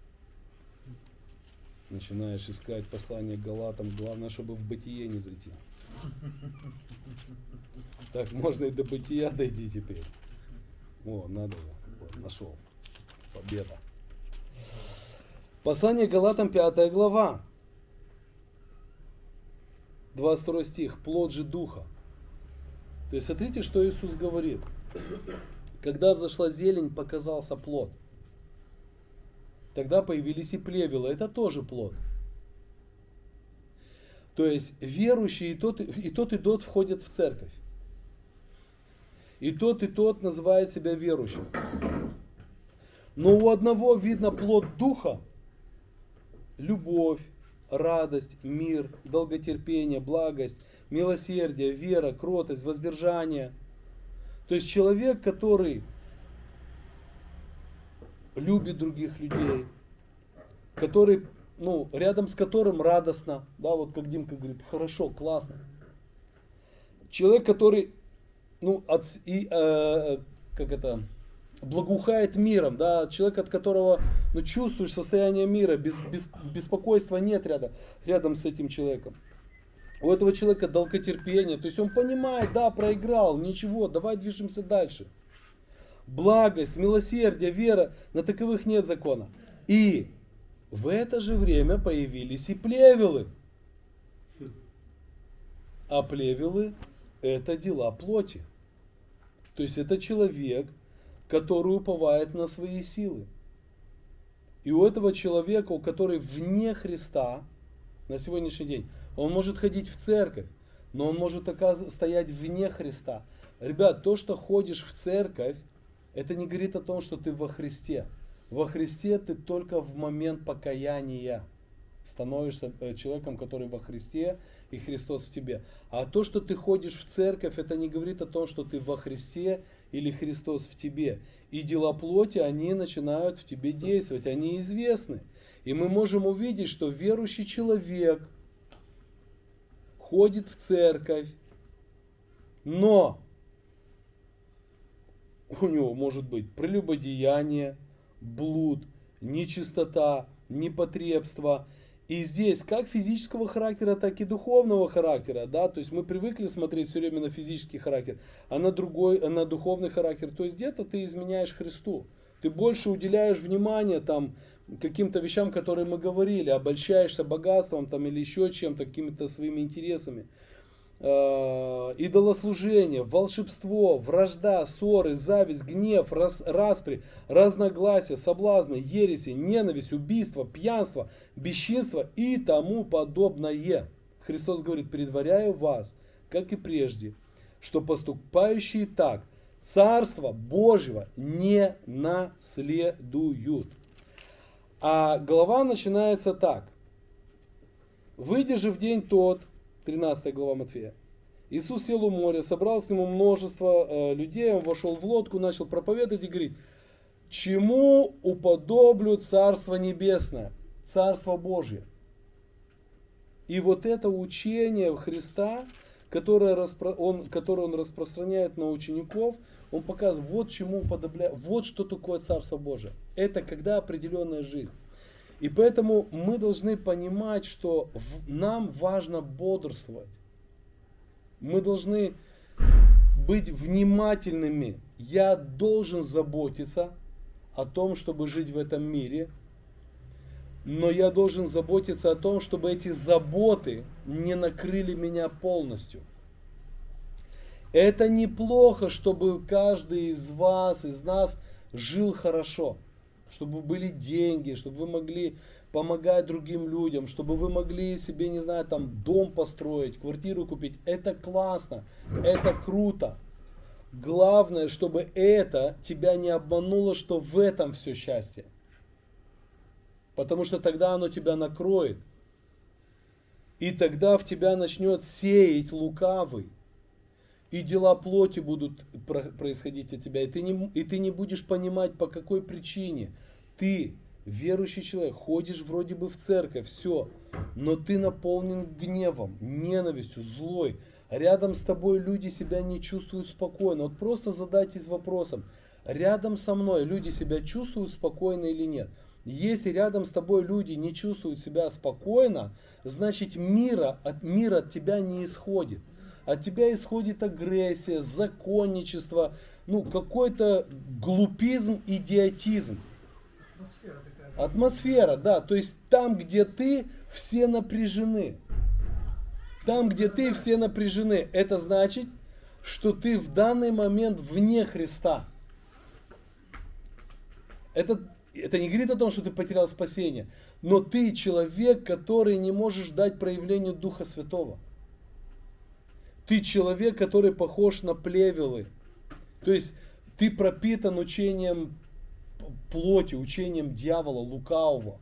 Начинаешь искать послание к Галатам. Главное, чтобы в бытие не зайти. Так можно и до бытия дойти теперь. О, надо же. Вот, нашел. Победа. Послание к Галатам, 5 глава. 22 стих. Плод же духа. То есть смотрите, что Иисус говорит. Когда взошла зелень, показался плод. Тогда появились и плевелы. Это тоже плод. То есть верующие и тот входят в церковь. И тот называет себя верующим. Но у одного видно плод духа. Любовь, радость, мир, долготерпение, благость, милосердие, вера, кротость, воздержание. То есть человек, который любит других людей, который рядом с которым радостно, да, вот как Димка говорит, хорошо, классно. Человек, который, благоухает миром, да, человек, от которого, чувствуешь состояние мира, беспокойства нет рядом с этим человеком. У этого человека долготерпение, то есть он понимает, да, проиграл, ничего, давай движемся дальше. Благость, милосердие, вера, на таковых нет закона. И в это же время появились и плевелы. А плевелы — это дела плоти. То есть это человек, который уповает на свои силы. И у этого человека, который вне Христа, на сегодняшний день, он может ходить в церковь, но он может стоять вне Христа. Ребят, то, что ходишь в церковь, это не говорит о том, что ты во Христе. Во Христе ты только в момент покаяния становишься человеком, который во Христе, и Христос в тебе. А то, что ты ходишь в церковь, это не говорит о том, что ты во Христе или Христос в тебе. И дела плоти, они начинают в тебе действовать, они известны. И мы можем увидеть, что верующий человек ходит в церковь, но у него может быть прелюбодеяние, блуд, нечистота, непотребство. И здесь как физического характера, так и духовного характера. Да? То есть мы привыкли смотреть все время на физический характер, а на духовный характер. То есть где-то ты изменяешь Христу. Ты больше уделяешь внимание каким-то вещам, которые мы говорили, обольщаешься богатством или еще чем-то, какими-то своими интересами. Идолослужение, волшебство, вражда, ссоры, зависть, гнев, распри, разногласия, соблазны, ереси, ненависть, убийство, пьянство, бесчинство и тому подобное. Христос говорит: предваряю вас, как и прежде, что поступающие так Царство Божьего не наследуют. А глава начинается так. Выйдя же в день тот, 13 глава Матфея, Иисус сел у моря, собрал с нему множество людей, он вошел в лодку, начал проповедовать и говорит: чему уподоблю Царство Небесное, Царство Божье. И вот это учение Христа, которое он распространяет на учеников, он показывает, вот чему уподобляет, вот что такое Царство Божие. Это когда определенная жизнь. И поэтому мы должны понимать, что нам важно бодрствовать. Мы должны быть внимательными. Я должен заботиться о том, чтобы жить в этом мире. Но я должен заботиться о том, чтобы эти заботы не накрыли меня полностью. Это неплохо, чтобы каждый из вас, из нас жил хорошо. Чтобы были деньги, чтобы вы могли помогать другим людям, чтобы вы могли себе, не знаю, дом построить, квартиру купить. Это классно, это круто. Главное, чтобы это тебя не обмануло, что в этом все счастье. Потому что тогда оно тебя накроет. И тогда в тебя начнет сеять лукавый. И дела плоти будут происходить от тебя. И ты не будешь понимать, по какой причине. Ты, верующий человек, ходишь вроде бы в церковь, все. Но ты наполнен гневом, ненавистью, злой. Рядом с тобой люди себя не чувствуют спокойно. Вот просто задайтесь вопросом. Рядом со мной люди себя чувствуют спокойно или нет? Если рядом с тобой люди не чувствуют себя спокойно, значит мир от тебя не исходит. От тебя исходит агрессия, законничество, какой-то глупизм, идиотизм. Атмосфера, да. То есть там, где ты, все напряжены. Там, где ты, все напряжены. Это значит, что ты в данный момент вне Христа. Это не говорит о том, что ты потерял спасение. Но ты человек, который не можешь дать проявлению Духа Святого. Ты человек, который похож на плевелы. То есть ты пропитан учением плоти, учением дьявола, лукавого.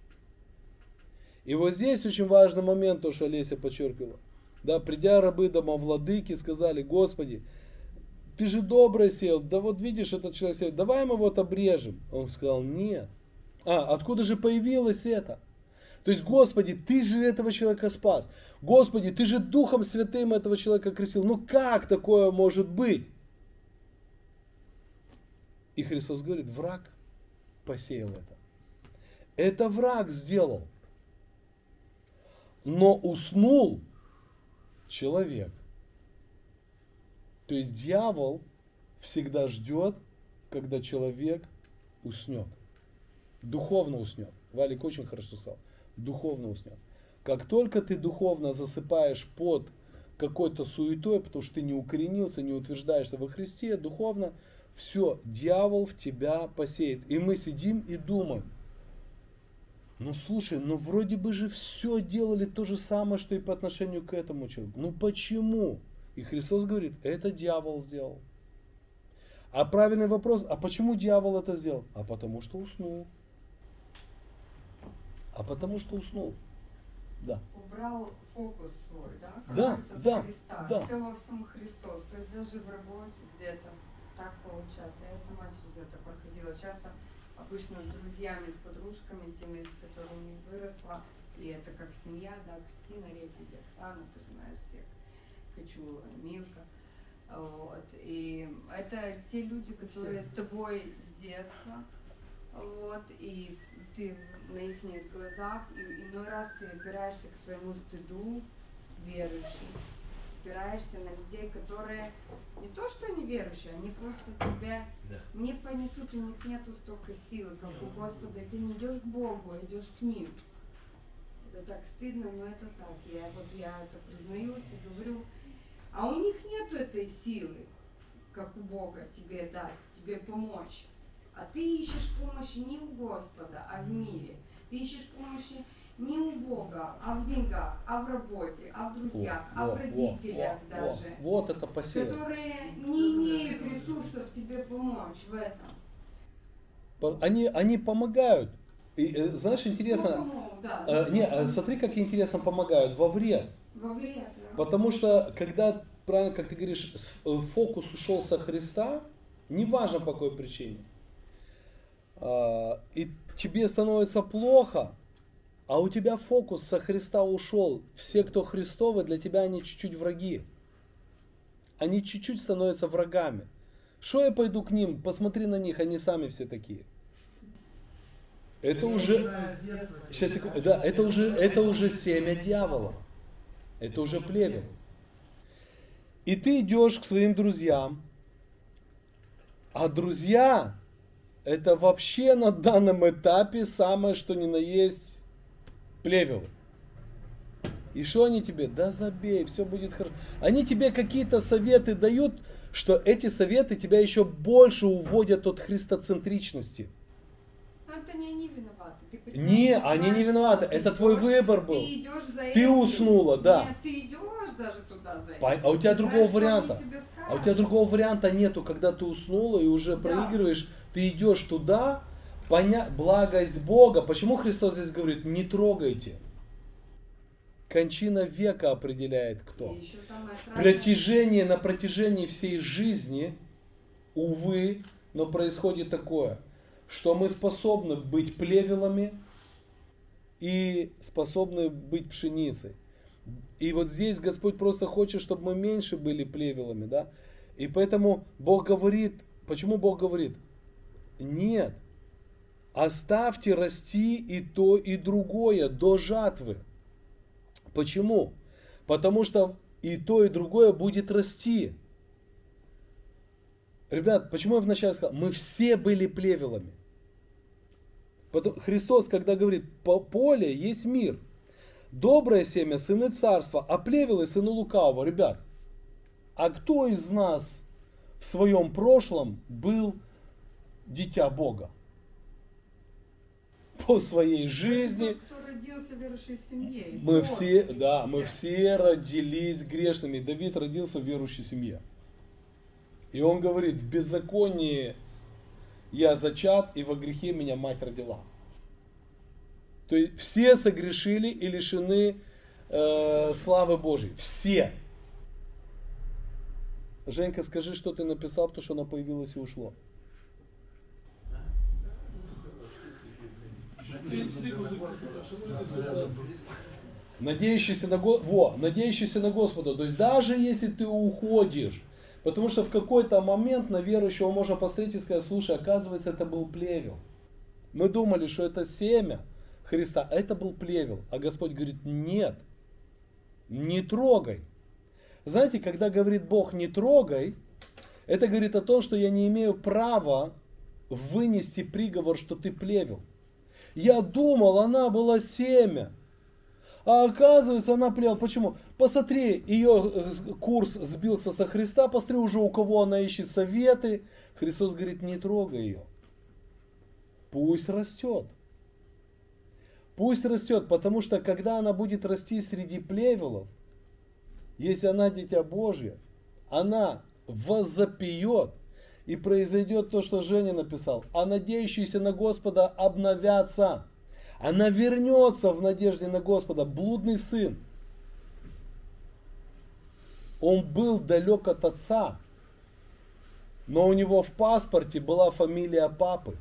И вот здесь очень важный момент, то, что Олеся подчеркивала. Да, придя рабы домовладыки, сказали: Господи, ты же добрый сел, да вот видишь, этот человек сел, давай мы вот обрежем. Он сказал: нет. Откуда же появилось это? То есть, Господи, Ты же этого человека спас. Господи, Ты же Духом Святым этого человека крестил. Ну как такое может быть? И Христос говорит, враг посеял это. Это враг сделал. Но уснул человек. То есть дьявол всегда ждет, когда человек уснет. Духовно уснет. Валик очень хорошо сказал. Духовно уснет. Как только ты духовно засыпаешь под какой-то суетой, потому что ты не укоренился, не утверждаешься во Христе, духовно, все, дьявол в тебя посеет. И мы сидим и думаем, ну слушай, ну вроде бы же все делали то же самое, что и по отношению к этому человеку. Ну почему? И Христос говорит, это дьявол сделал. А правильный вопрос, а почему дьявол это сделал? А потому что уснул. А потому что уснул. Да. Убрал фокус свой, да? Да, С да, Христа. да. Все во всем Христос. То есть даже в работе где-то так получается. Я сама через это проходила. Часто обычно с друзьями, с подружками, с теми, с которыми выросла. И это как семья, да, Кристина, Репи, Оксана, ты знаешь всех. Хочу, Милка. Вот. И это те люди, которые с тобой с детства. Вот, и ты на их глазах, и иной раз ты опираешься к своему стыду, верующим, опираешься на людей, которые не то что не верующие, они просто тебя не понесут, у них нету столько силы, как у Господа, и ты не идешь к Богу, а идешь к ним. Это так стыдно, но это так. Я это признаюсь и говорю, а у них нету этой силы, как у Бога, тебе дать, тебе помочь. А ты ищешь помощи не у Господа, а в мире. Ты ищешь помощи не у Бога, а в деньгах, а в работе, а в друзьях, в родителях даже. Вот это посев. Которые не имеют ресурсов тебе помочь в этом. Они помогают. И, знаешь, интересно, смотри, как интересно помогают, во вред. Во вред, да. Потому что, когда, правильно, как ты говоришь, фокус ушел со Христа, неважно по какой причине, и тебе становится плохо, а у тебя фокус со Христа ушел. Все, кто Христовы, для тебя они чуть-чуть враги. Они чуть-чуть становятся врагами. Что я пойду к ним? Посмотри на них, они сами все такие. Это уже, да, это уже семя дьявола. Это уже плевел. И ты идешь к своим друзьям, а друзья, это вообще на данном этапе самое, что ни на есть плевел. И что они тебе? Да забей, все будет хорошо. Они тебе какие-то советы дают, что эти советы тебя еще больше уводят от христоцентричности. Но это не они виноваты. Не, они не виноваты. Это твой выбор был. Ты идешь за Ты этим. уснула, да. Нет, ты идешь даже туда за этим. А у тебя Ты другого знаешь, что варианта. они тебе А у скажут. тебя другого варианта нету, когда ты уснула и уже проигрываешь, ты идешь туда, благость Бога. Почему Христос здесь говорит, не трогайте? Кончина века определяет кто. И еще самое страшное. На протяжении всей жизни, увы, но происходит такое, что мы способны быть плевелами и способны быть пшеницей. И вот здесь Господь просто хочет, чтобы мы меньше были плевелами, да? И поэтому Бог говорит, почему Бог говорит? Нет, оставьте расти и то, и другое до жатвы. Почему? Потому что и то, и другое будет расти. Ребят, почему я вначале сказал? Мы все были плевелами. Христос, когда говорит, по поле есть мир. Доброе семя, сыны царства, а плевелы сыны лукавого. Ребят, а кто из нас в своем прошлом был дитя Бога? По своей жизни. Тот, кто родился в верующей семье. Мы все родились грешными. Давид родился в верующей семье. И он говорит, в беззаконии я зачат, и во грехе меня мать родила. То есть все согрешили и лишены славы Божьей. Все. Женька, скажи, что ты написал, потому что оно появилось и ушло. Надеющийся на надеющийся на Господа. То есть даже если ты уходишь, потому что в какой-то момент на верующего можно посмотреть и сказать, слушай, оказывается, это был плевел. Мы думали, что это семя Христа, а это был плевел. А Господь говорит, нет, не трогай. Знаете, когда говорит Бог не трогай, это говорит о том, что я не имею права вынести приговор, что ты плевел. Я думал, она была семя. А оказывается, она плевел. Почему? Посмотри, ее курс сбился со Христа, посмотри уже у кого она ищет советы. Христос говорит, не трогай ее. Пусть растет. Пусть растет, потому что когда она будет расти среди плевелов, если она дитя Божье, она возопьет, и произойдет то, что Женя написал. А надеющиеся на Господа обновятся. Она вернется в надежде на Господа. Блудный сын. Он был далек от отца, но у него в паспорте была фамилия папы.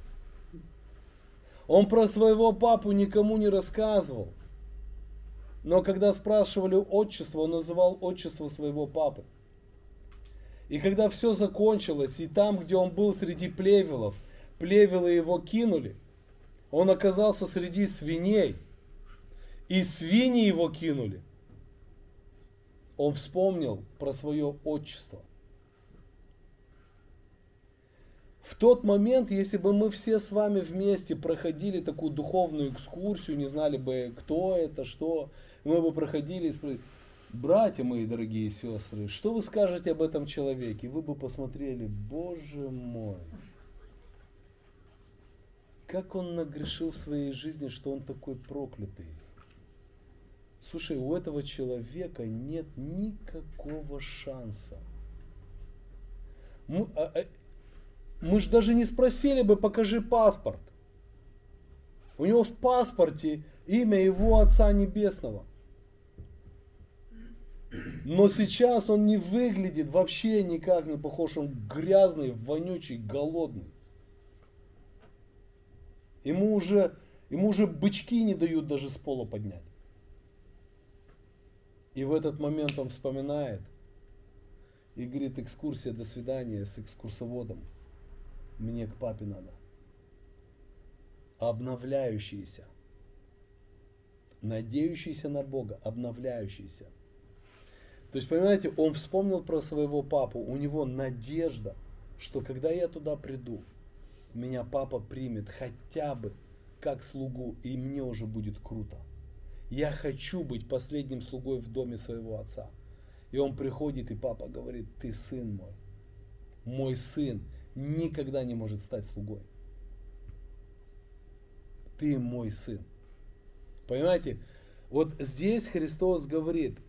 Он про своего папу никому не рассказывал. Но когда спрашивали отчество, он называл отчество своего папы. И когда все закончилось, и там, где он был среди плевелов, плевелы его кинули, он оказался среди свиней, и свиньи его кинули. Он вспомнил про свое отчество. В тот момент, если бы мы все с вами вместе проходили такую духовную экскурсию, не знали бы, кто это, что, мы бы проходили и спросили, братья мои дорогие сестры, что вы скажете об этом человеке? Вы бы посмотрели, Боже мой, как он нагрешил в своей жизни, что он такой проклятый. Слушай, у этого человека нет никакого шанса. Мы же даже не спросили бы, покажи паспорт. У него в паспорте имя его Отца Небесного. Но сейчас он не выглядит вообще никак не похож. Он грязный, вонючий, голодный. Ему уже бычки не дают даже с пола поднять. И в этот момент он вспоминает и говорит, экскурсия, до свидания с экскурсоводом. Мне к папе надо. Обновляющиеся. Надеющиеся на Бога, обновляющиеся. То есть, понимаете, он вспомнил про своего папу. У него надежда, что когда я туда приду, меня папа примет хотя бы как слугу, и мне уже будет круто. Я хочу быть последним слугой в доме своего отца. И он приходит, и папа говорит, ты сын мой. Мой сын никогда не может стать слугой. Ты мой сын. Понимаете? Вот здесь Христос говорит,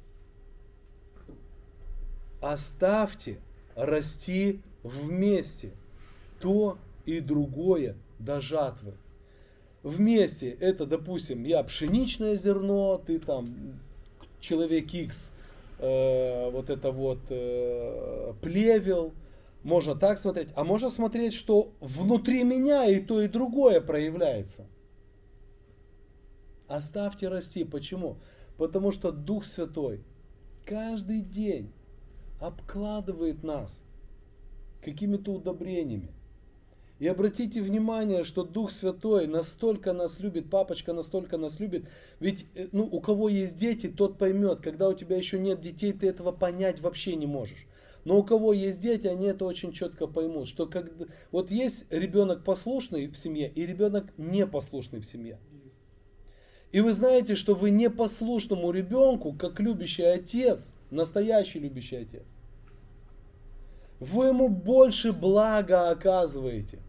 оставьте расти вместе то и другое до жатвы. Вместе это, допустим, я пшеничное зерно, ты там человек X, вот это вот плевел. Можно так смотреть, а можно смотреть, что внутри меня и то, и другое проявляется. Оставьте расти. Почему? Потому что Дух Святой каждый день обкладывает нас какими-то удобрениями. И обратите внимание, что Дух Святой настолько нас любит, папочка настолько нас любит. Ведь у кого есть дети, тот поймет. Когда у тебя еще нет детей, ты этого понять вообще не можешь. Но у кого есть дети, они это очень четко поймут. Что вот есть ребенок послушный в семье и ребенок непослушный в семье. И вы знаете, что вы непослушному ребенку, как любящий отец, настоящий любящий отец, вы ему больше блага оказываете.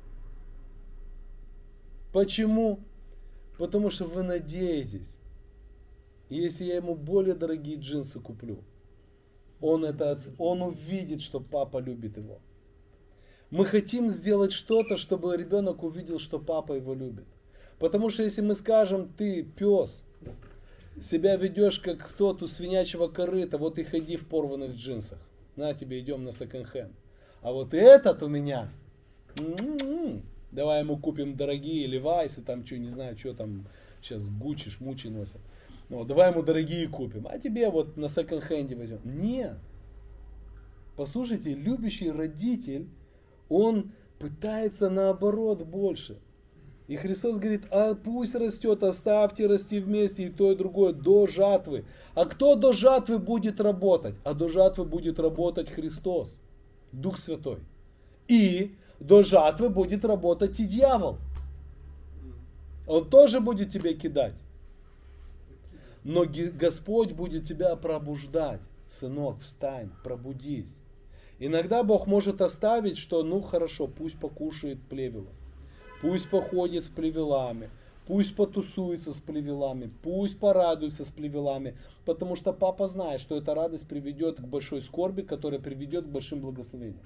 Почему? Потому что вы надеетесь, если я ему более дорогие джинсы куплю, он увидит, что папа любит его. Мы хотим сделать что-то, чтобы ребенок увидел, что папа его любит. Потому что если мы скажем, ты пес, себя ведешь как тот у свинячьего корыта, вот и ходи в порванных джинсах. На тебе, идем на секонд-хенд. А вот этот у меня Давай ему купим дорогие Левайсы, там что, не знаю, что там сейчас Гуччи, шмучи носят. Ну, давай ему дорогие купим, а тебе вот на секонд-хенде возьмем. Нет. Послушайте, любящий родитель, он пытается наоборот больше. И Христос говорит, а пусть растет, оставьте расти вместе и то, и другое до жатвы. А кто до жатвы будет работать? А до жатвы будет работать Христос, Дух Святой. И до жатвы будет работать и дьявол. Он тоже будет тебя кидать. Но Господь будет тебя пробуждать. Сынок, встань, пробудись. Иногда Бог может оставить, что ну хорошо, пусть покушает плевелов. Пусть походит с плевелами, пусть потусуется с плевелами, пусть порадуется с плевелами, потому что папа знает, что эта радость приведет к большой скорби, которая приведет к большим благословениям.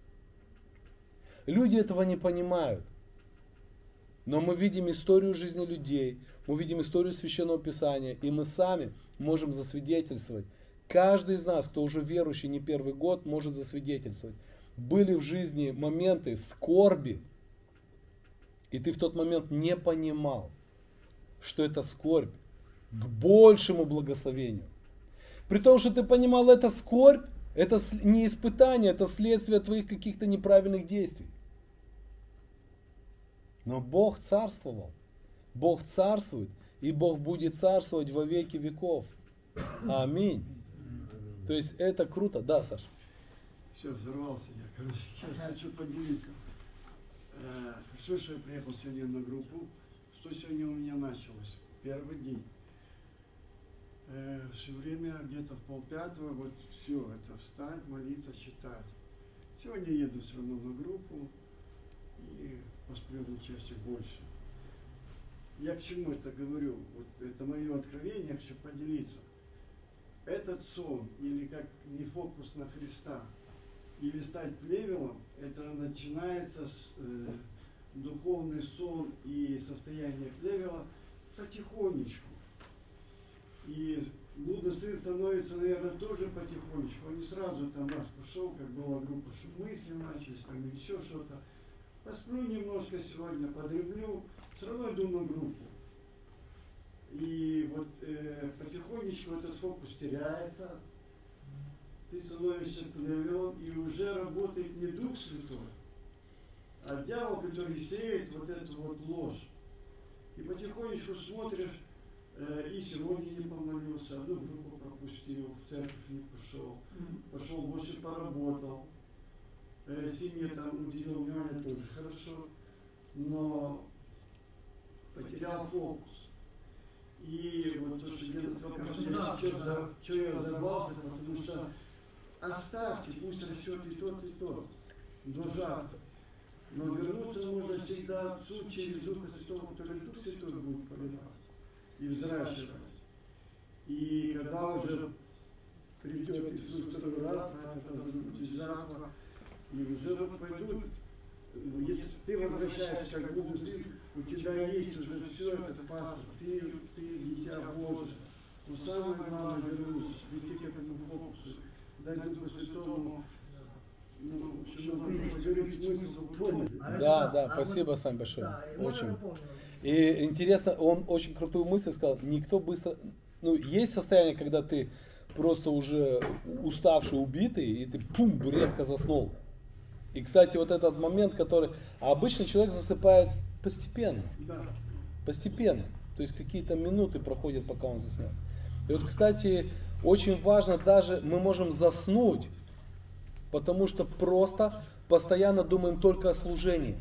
Люди этого не понимают, но мы видим историю жизни людей, мы видим историю Священного Писания, и мы сами можем засвидетельствовать. Каждый из нас, кто уже верующий не первый год, может засвидетельствовать. Были в жизни моменты скорби, и ты в тот момент не понимал, что это скорбь к большему благословению. При том, что ты понимал, это скорбь, это не испытание, это следствие твоих каких-то неправильных действий. Но Бог царствовал. Бог царствует, и Бог будет царствовать во веки веков. Аминь. То есть это круто. Да, Саш? Все, взорвался я. Короче, сейчас хочу поделиться. Хорошо, что я приехал сегодня на группу. Что сегодня у меня началось? Первый день. Все время где-то в 4:30, вот все, это встать, молиться, читать. Сегодня еду все равно на группу и посплю на части больше. Я к чему это говорю? Вот это мое откровение, я хочу поделиться. Этот сон, или как не фокус на Христа, или стать плевелом, это начинается духовный сон и состояние плевела потихонечку. И блудный сын становится, наверное, тоже потихонечку. Он не сразу там раз пошел, как была группа, что мысли начались, там или еще что-то. Посплю немножко сегодня, подремлю, все равно иду на группу. И вот потихонечку этот фокус теряется, ты становишься плевелом, и уже работает не Дух Святой, а дьявол, который сеет вот эту вот ложь. И потихонечку смотришь, и сегодня не помолился, одну группу пропустил, в церковь не пошел, пошел больше поработал, семье там уделил внимание тоже хорошо, но потерял фокус. И вот то, что Гена сказал, что я взорвался, потому что оставьте, пусть растет и тот, до жатвы. Но вернуться можно всегда Отцу через Духа Святого, который Дух Святой будет поливать и взращивать. И когда уже придет Иисус второй раз, это будет жатва, и уже вот пойдут, если ты возвращаешься как блудный сын, у тебя есть уже все этот паспорт, ты дитя Божие. Но самое главное вернуться, прийти к этому фокусу, дать Духу Святому, Да, спасибо, Сань, большое. Очень. И интересно, он очень крутую мысль сказал, никто быстро... Ну, есть состояние, когда ты просто уже уставший, убитый, и ты пум, резко заснул. И, кстати, вот этот момент, который... А обычно человек засыпает постепенно. Постепенно. То есть какие-то минуты проходят, пока он заснет. И вот, кстати, очень важно даже, мы можем заснуть, потому что просто постоянно думаем только о служении.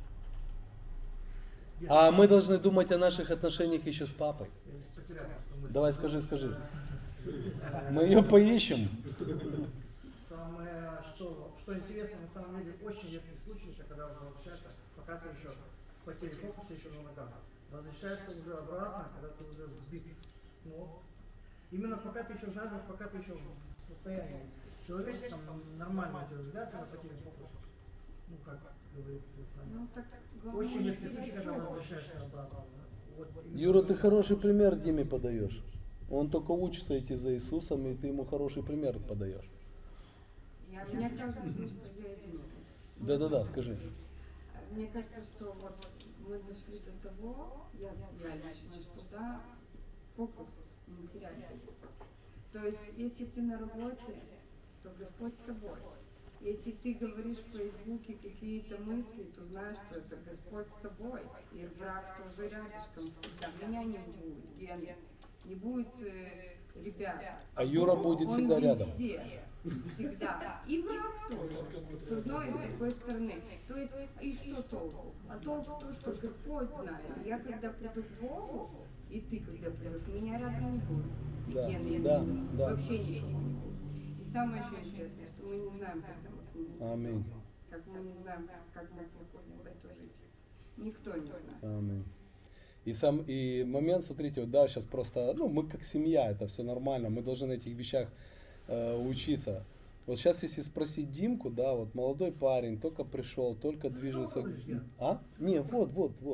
А мы должны думать о наших отношениях еще с папой. Давай, скажи. Мы ее поищем. Самое, что интересно, на самом деле, очень редкий случай, это когда возвращаешься, пока ты еще в потере фокуса, еще на ногах. Возвращаешься уже обратно, когда ты уже сбит с ног. Именно пока ты еще в жажде, пока ты еще в состоянии человеческом, нормальный у тебя взгляд, когда потеря фокуса. Ну, как говорит Александр. Очень редкий случай, когда возвращаешься обратно. Вот, Юра, ты хороший пример Диме подаешь. Он только учится идти за Иисусом, и ты ему хороший пример подаешь. Я мне кажется, что я извиняюсь. Да, скажи. мне кажется, что вот мы дошли до того, я лично, что да, фокус не терять. То есть, если ты на работе, то Господь с тобой. Если ты говоришь в Фейсбуке какие-то мысли, то знаешь, что это Господь с тобой. И враг тоже рядышком всегда. Меня не будет, Ген, не будет ребят. А Юра будет Он всегда везде, рядом. Всегда. И враг тоже. С одной и с другой стороны. То есть, и что толку? А толку то, что Господь знает. Я когда приду к Богу, и ты когда придешь, меня рядом не будет. И Да, Гена, да, да. вообще никого не будет. И самое еще интересное, что мы не знаем, как мы к нему. Аминь. Как мы не знаем, как мы приходим в эту жизнь. Никто не знает. Аминь. И момент, смотрите, вот да, сейчас просто, ну, мы как семья, это все нормально, мы должны на этих вещах учиться. Вот сейчас, если спросить Димку, да, вот молодой парень, только пришел, только движется. А? Не, вот.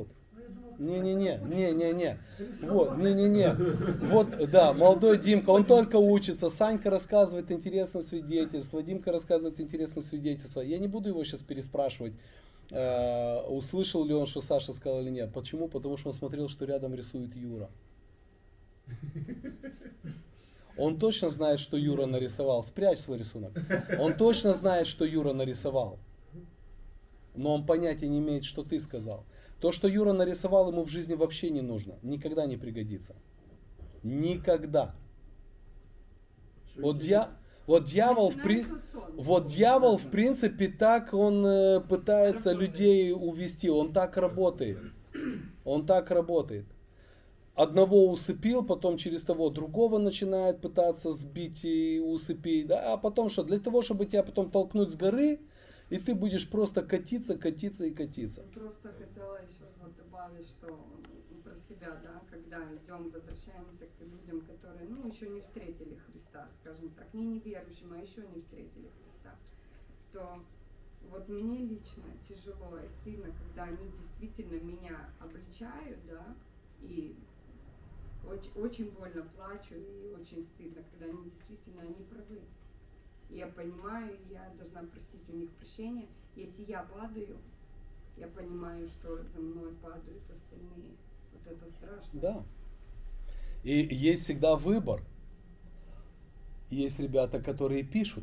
Не. Вот, не. Вот, да, молодой Димка, он только учится. Санька рассказывает интересное свидетельство, Димка рассказывает интересное свидетельство. Я не буду его сейчас переспрашивать, услышал ли он, что Саша сказал или нет. Почему? Потому что он смотрел, что рядом рисует Юра. Он точно знает, что Юра нарисовал. Спрячь свой рисунок. Он точно знает, что Юра нарисовал. Но он понятия не имеет, что ты сказал. То, что Юра нарисовал, ему в жизни вообще не нужно. Никогда не пригодится. Никогда. Вот дьявол, в принципе, так он пытается людей увести. Он так работает. Одного усыпил, потом через того другого начинает пытаться сбить и усыпить. Да? А потом что? Для того, чтобы тебя потом толкнуть с горы, и ты будешь просто катиться. Просто хотела еще вот добавить, что про себя, да, когда идем, возвращаемся к людям, которые, еще не встретили Христа, скажем так, не неверующим, а еще не встретили Христа, то вот мне лично тяжело и стыдно, когда они действительно меня обличают, да, и очень больно плачу, и очень стыдно, когда они действительно, они правы. Я понимаю, я должна просить у них прощения. Если я падаю, я понимаю, что за мной падают остальные. Вот это страшно. Да. И есть всегда выбор. Есть ребята, которые пишут.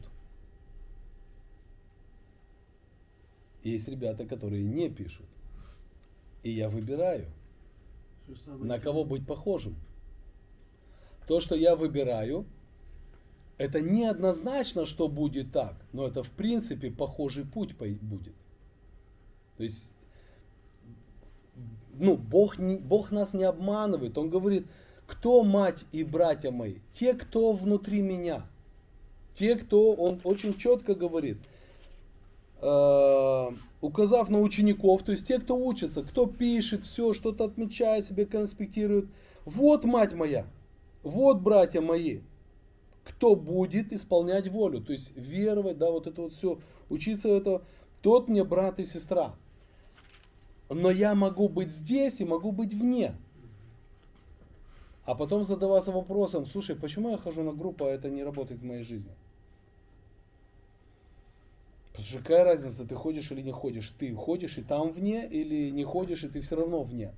Есть ребята, которые не пишут. И я выбираю, на кого быть похожим. То, что я выбираю, это не однозначно, что будет так, но это в принципе похожий путь будет. То есть, Бог нас не обманывает. Он говорит, кто мать и братья мои? Те, кто внутри меня. Те, кто, он очень четко говорит, указав на учеников, то есть те, кто учится, кто пишет все, что-то отмечает себе, конспектирует. Вот мать моя, вот братья мои. Кто будет исполнять волю, то есть веровать, да, вот это вот все, учиться этого, тот мне брат и сестра. Но я могу быть здесь и могу быть вне. А потом задаваться вопросом, слушай, почему я хожу на группу, а это не работает в моей жизни? Потому что какая разница, ты ходишь или не ходишь? Ты ходишь и там вне, или не ходишь, и ты все равно вне.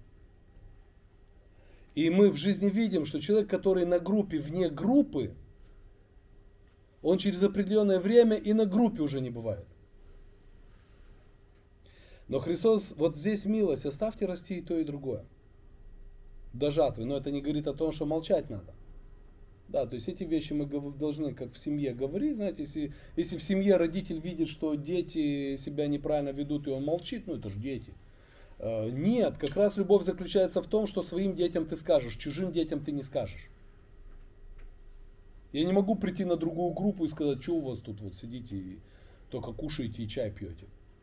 И мы в жизни видим, что человек, который на группе вне группы, он через определенное время и на группе уже не бывает. Но Христос, вот здесь милость, оставьте расти и то, и другое. До жатвы. Но это не говорит о том, что молчать надо. Да, то есть эти вещи мы должны, как в семье, говорить. Знаете, если в семье родитель видит, что дети себя неправильно ведут, и он молчит, это же дети. Нет, как раз любовь заключается в том, что своим детям ты скажешь, чужим детям ты не скажешь. Я не могу прийти на другую группу и сказать, что у вас тут вот сидите и только кушаете и чай пьете.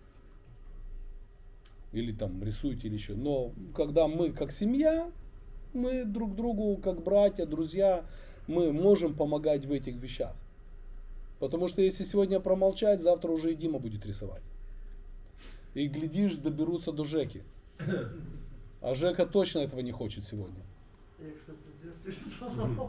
Или там рисуете или еще. Но когда мы как семья, мы друг другу как братья, друзья, мы можем помогать в этих вещах. Потому что если сегодня промолчать, завтра уже и Дима будет рисовать. И глядишь, доберутся до Жеки. А Жека точно этого не хочет сегодня. Я, кстати, в детстве рисовал.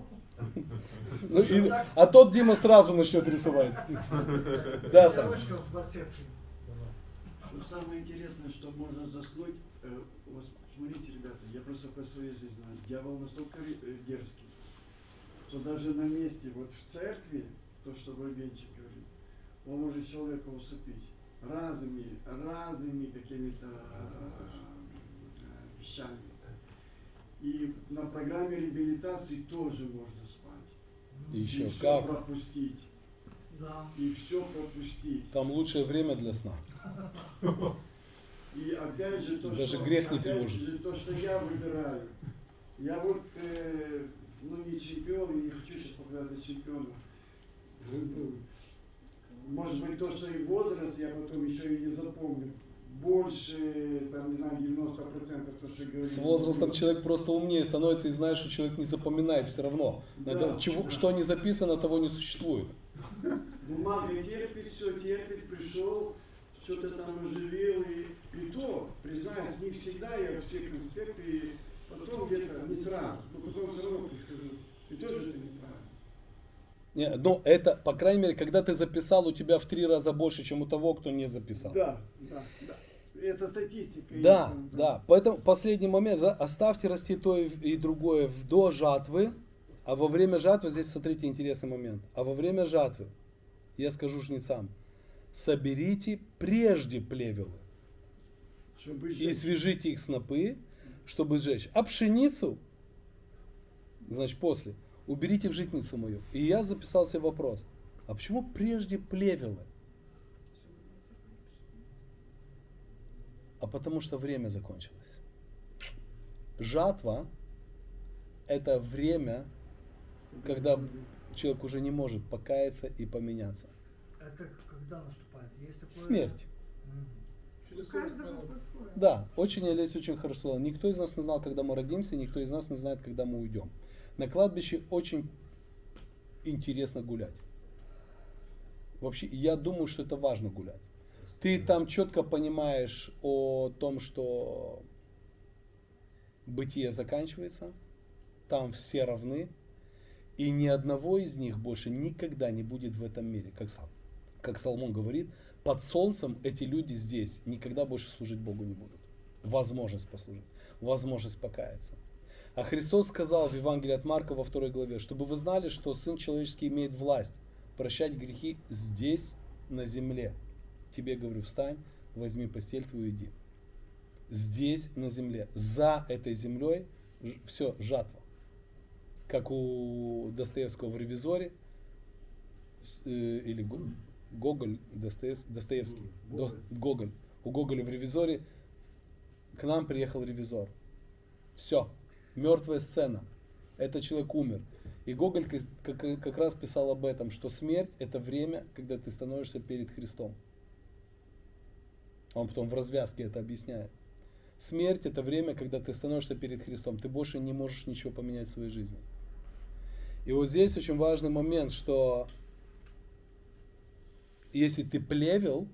А тот Дима сразу начнет рисовать. Да, Сам. Девочка в барсетке. самое интересное, что можно заснуть. Вот смотрите, ребята, я просто по своей жизни знаю. Дьявол настолько дерзкий, что даже на месте, вот в церкви, то, что Бабенчик говорит, он может человека усыпить разными какими-то вещами. И на программе реабилитации тоже можно спать. И еще все как? пропустить. Да. И все пропустить. Там лучшее время для сна. И опять же то, Даже что, грех не опять тревожит. же, то, что я выбираю. Я вот, ну не чемпион, и не хочу сейчас показать чемпиона. Может быть, то, что и возраст, я потом еще и не запомню. Больше, там, не знаю, 90% то, что я говорю. С возрастом человек просто умнее становится и знает, что человек не запоминает все равно. Да. Что не записано, того не существует. Бумага терпит, все терпит, пришел, что-то там оживил, и то, признаюсь, не всегда я все конспекты, потом где-то не сразу, но потом все равно прихожу. И тоже это неправильно. Но это, по крайней мере, когда ты записал, у тебя в 3 раза больше, чем у того, кто не записал. Да. Это статистика. Да. Поэтому последний момент, да, оставьте расти то и другое до жатвы, а во время жатвы, здесь смотрите интересный момент, а во время жатвы, я скажу жнецам, соберите прежде плевелы и свяжите их снопы, чтобы сжечь. А пшеницу, значит, после, уберите в житницу мою. И я записал себе вопрос, а почему прежде плевелы? А потому что время закончилось. Жатва – это время, когда человек уже не может покаяться и поменяться. Это когда наступает? Есть такое? Смерть. У каждого по-своему. Да, Олеся очень хорошо сказала. Никто из нас не знал, когда мы родимся, никто из нас не знает, когда мы уйдем. На кладбище очень интересно гулять. Вообще, я думаю, что это важно гулять. Ты там четко понимаешь о том, что бытие заканчивается, там все равны, и ни одного из них больше никогда не будет в этом мире. Как Соломон говорит, под солнцем эти люди здесь никогда больше служить Богу не будут. Возможность послужить, возможность покаяться. А Христос сказал в Евангелии от Марка во 2 главе, чтобы вы знали, что Сын Человеческий имеет власть прощать грехи здесь, на земле. Тебе говорю, встань, возьми постель твою, иди. Здесь, на земле, за этой землей, все, жатва. Как у Достоевского в «Ревизоре», или Гоголь, Достоевский, Гоголь. У Гоголя в «Ревизоре» к нам приехал ревизор. Все, мертвая сцена. Этот человек умер. И Гоголь как раз писал об этом, что смерть – это время, когда ты становишься перед Христом. Он потом в развязке это объясняет. Смерть – это время, когда ты становишься перед Христом. Ты больше не можешь ничего поменять в своей жизни. И вот здесь очень важный момент, что если ты плевел,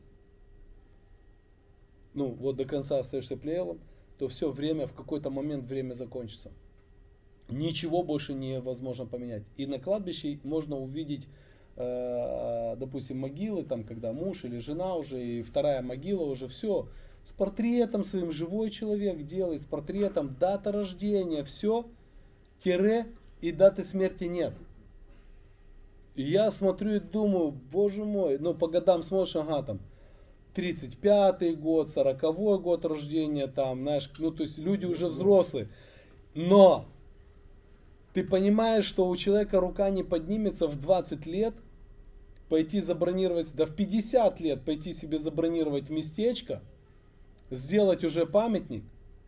ну вот до конца остаешься плевелом, то все, время, в какой-то момент время закончится. Ничего больше невозможно поменять. И на кладбище можно увидеть, допустим, могилы, там, когда муж или жена уже, и вторая могила уже, все, с портретом своим, живой человек делает, с портретом, дата рождения, все, тире, и даты смерти нет. И я смотрю и думаю, боже мой, ну по годам смотришь, ага, там, 35-й год, 40-й год рождения, там, знаешь, ну то есть люди уже взрослые, но ты понимаешь, что у человека рука не поднимется в 20 лет пойти забронировать, да в 50 лет пойти себе забронировать местечко, сделать уже памятник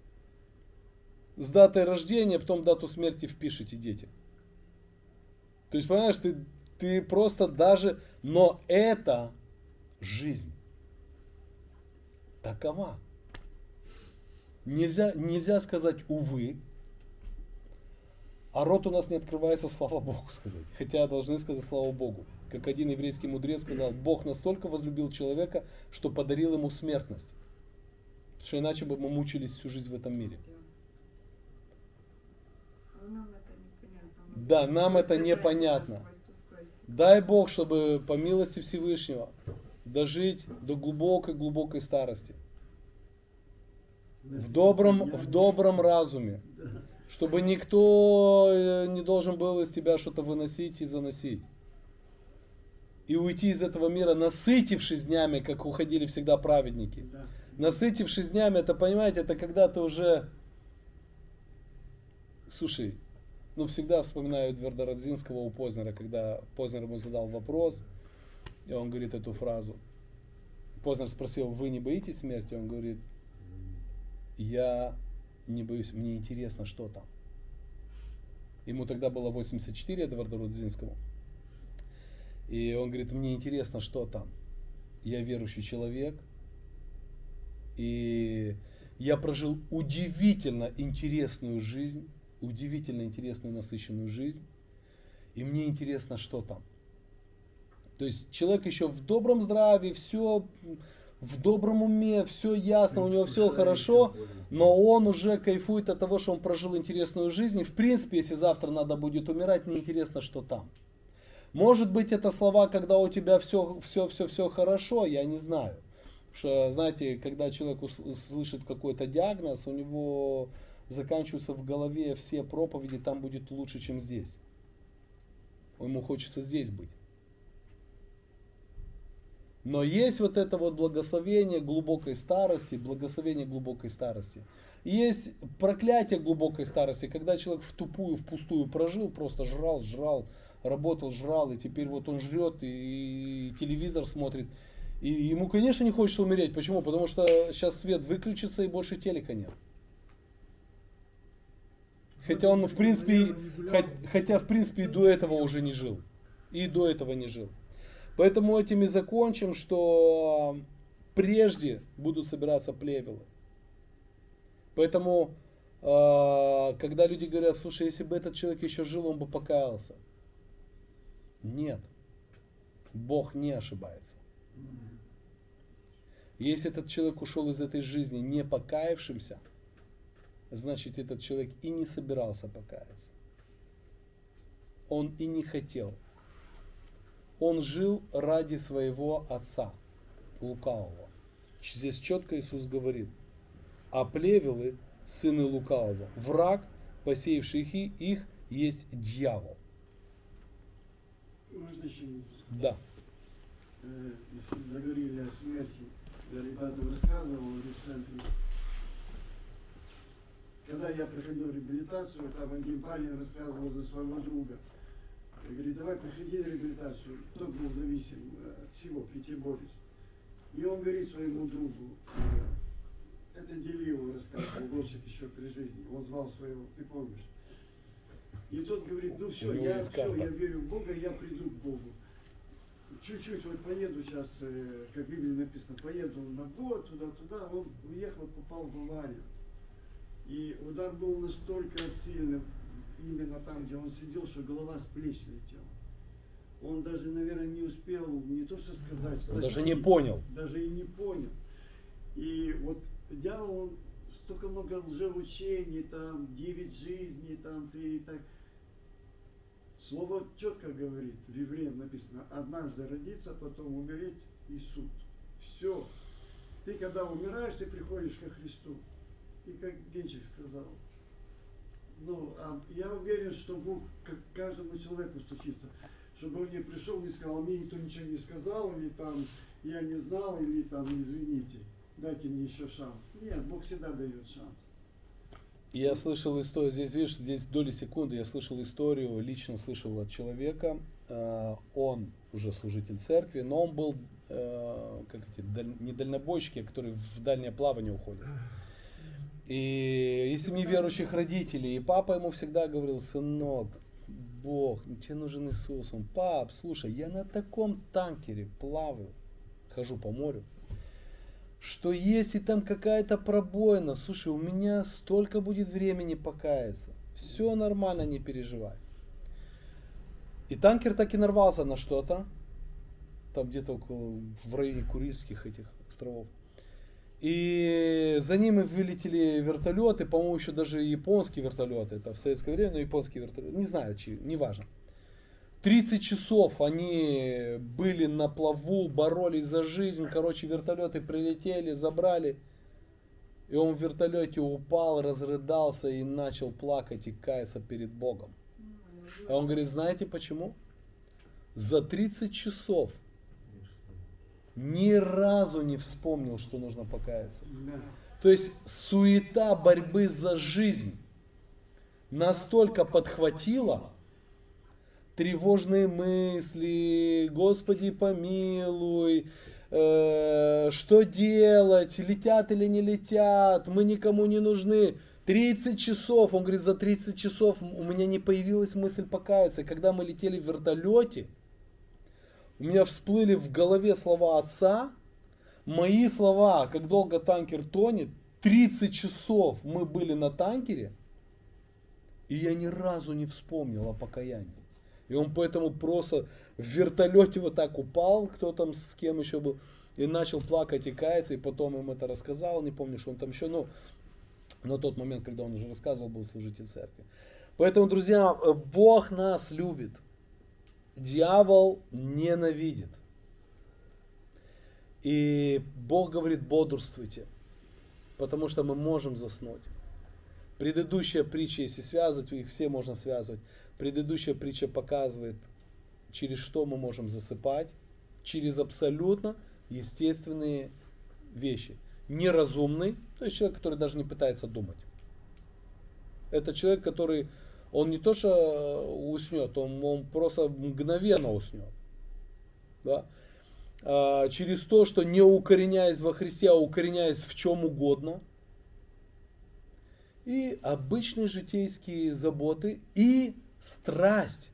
с датой рождения, потом дату смерти впишите, дети. То есть, понимаешь, ты просто даже, но это жизнь. Такова. Нельзя сказать увы. А рот у нас не открывается, слава Богу, сказать. Хотя должны сказать слава Богу. Как один еврейский мудрец сказал, Бог настолько возлюбил человека, что подарил ему смертность. Потому что иначе бы мы мучились всю жизнь в этом мире. Да, нам это непонятно. Дай Бог, чтобы по милости Всевышнего дожить до глубокой-глубокой старости. В добром разуме. Чтобы никто не должен был из тебя что-то выносить и заносить. И уйти из этого мира, насытившись днями, как уходили всегда праведники. Да. Насытившись днями, это, понимаете, это когда ты уже... Слушай, всегда вспоминаю Эдварда Радзинского у Познера, когда Познер ему задал вопрос, и он говорит эту фразу. Познер спросил: вы не боитесь смерти? Он говорит: я не боюсь, мне интересно, что там. Ему тогда было 84, Эдварду Радзинскому. И он говорит: мне интересно, что там. Я верующий человек. И я прожил удивительно интересную жизнь. Удивительно интересную, насыщенную жизнь. И мне интересно, что там. То есть человек еще в добром здравии, все в добром уме, все ясно, у него все хорошо, но он уже кайфует от того, что он прожил интересную жизнь. И в принципе, если завтра надо будет умирать, неинтересно, что там. Может быть, это слова, когда у тебя все хорошо, я не знаю. Потому что, знаете, когда человек слышит какой-то диагноз, у него заканчиваются в голове все проповеди, там будет лучше, чем здесь. Ему хочется здесь быть. Но есть вот это вот благословение глубокой старости, благословение глубокой старости. Есть проклятие глубокой старости, когда человек впустую прожил, просто жрал, работал, жрал, и теперь вот он жрет и телевизор смотрит. И ему, конечно, не хочется умереть. Почему? Потому что сейчас свет выключится и больше телека нет. Хотя он, в принципе, и до этого уже не жил. И до этого не жил. Поэтому этим и закончим, что прежде будут собираться плевелы. Поэтому, когда люди говорят: слушай, если бы этот человек еще жил, он бы покаялся. Нет. Бог не ошибается. Если этот человек ушел из этой жизни не покаявшимся, значит, этот человек и не собирался покаяться. Он и не хотел. Он жил ради своего отца, лукавого. Здесь четко Иисус говорит: а плевелы, сыны лукавого, враг, посеявший их, есть дьявол. Можно еще? Да. Если заговорили о смерти, я ребятам рассказывал в центре. Когда я проходил реабилитацию, там один парень рассказывал за своего друга. Я говорю: давай проходи реабилитацию. Тот был зависим от всего, пятиборец. И он говорит своему другу, это Делиева рассказывал, Горчик еще при жизни, он звал своего, ты помнишь. И тот говорит: ну все, я верю в Бога, я приду к Богу. Чуть-чуть вот поеду сейчас, как в Библии написано, поеду на год, туда-туда. Он уехал, попал в аварию. И удар был настолько сильным, именно там, где он сидел, что голова с плеч летела. Он даже, наверное, не успел не то что сказать, он даже не понял. Даже и не понял. И вот дьявол, он столько много лжеучений, там, 9 жизней, там, ты и так. Слово четко говорит, в Евреям написано: однажды родиться, потом умереть и суд. Все. Ты когда умираешь, ты приходишь ко Христу. И как Генчик сказал, я уверен, что Бог к каждому человеку стучится, чтобы он не пришел и не сказал: мне никто ничего не сказал, или там я не знал, или там извините, дайте мне еще шанс. Нет, Бог всегда дает шанс. Я слышал историю, здесь, видишь, здесь доли секунды, я слышал историю, лично слышал от человека, он уже служитель церкви, но он был, не дальнобойщики, а которые в дальнее плавание уходят. И из семьи верующих родителей, и папа ему всегда говорил: сынок, Бог, тебе нужен Иисус. Он: пап, слушай, я на таком танкере плаваю, хожу по морю, что если там какая-то пробоина, слушай, у меня столько будет времени покаяться. Все нормально, не переживай. И танкер так и нарвался на что-то, там где-то в районе Курильских этих островов. И за ним вылетели вертолеты, по-моему, еще даже японские вертолеты. Это в советское время, но японские вертолеты, не знаю, не важно. 30 часов они были на плаву, боролись за жизнь. Короче, вертолеты прилетели, забрали. И он в вертолете упал, разрыдался и начал плакать и каяться перед Богом. А он говорит, знаете почему? За 30 часов ни разу не вспомнил, что нужно покаяться. Да. То есть суета борьбы за жизнь настолько подхватила, тревожные мысли, Господи помилуй, что делать, летят или не летят, мы никому не нужны. 30 часов, он говорит, за 30 часов у меня не появилась мысль покаяться. И когда мы летели в вертолете, у меня всплыли в голове слова отца, мои слова, как долго танкер тонет, 30 часов мы были на танкере, и я ни разу не вспомнил о покаянии. И он поэтому просто в вертолете вот так упал, кто там с кем еще был, и начал плакать и каяться, и потом им это рассказал, не помню, что он там еще, но на тот момент, когда он уже рассказывал, был служитель церкви. Поэтому, друзья, Бог нас любит, дьявол ненавидит. И Бог говорит, бодрствуйте, потому что мы можем заснуть. Предыдущая притча, если связывать, их все можно связывать. Предыдущая притча показывает, через что мы можем засыпать. Через абсолютно естественные вещи. Неразумный, то есть человек, который даже не пытается думать. Это человек, который, он не то что уснет, он просто мгновенно уснет. Да? Через то, что не укореняясь во Христе, а укореняясь в чем угодно. И обычные житейские заботы и страсть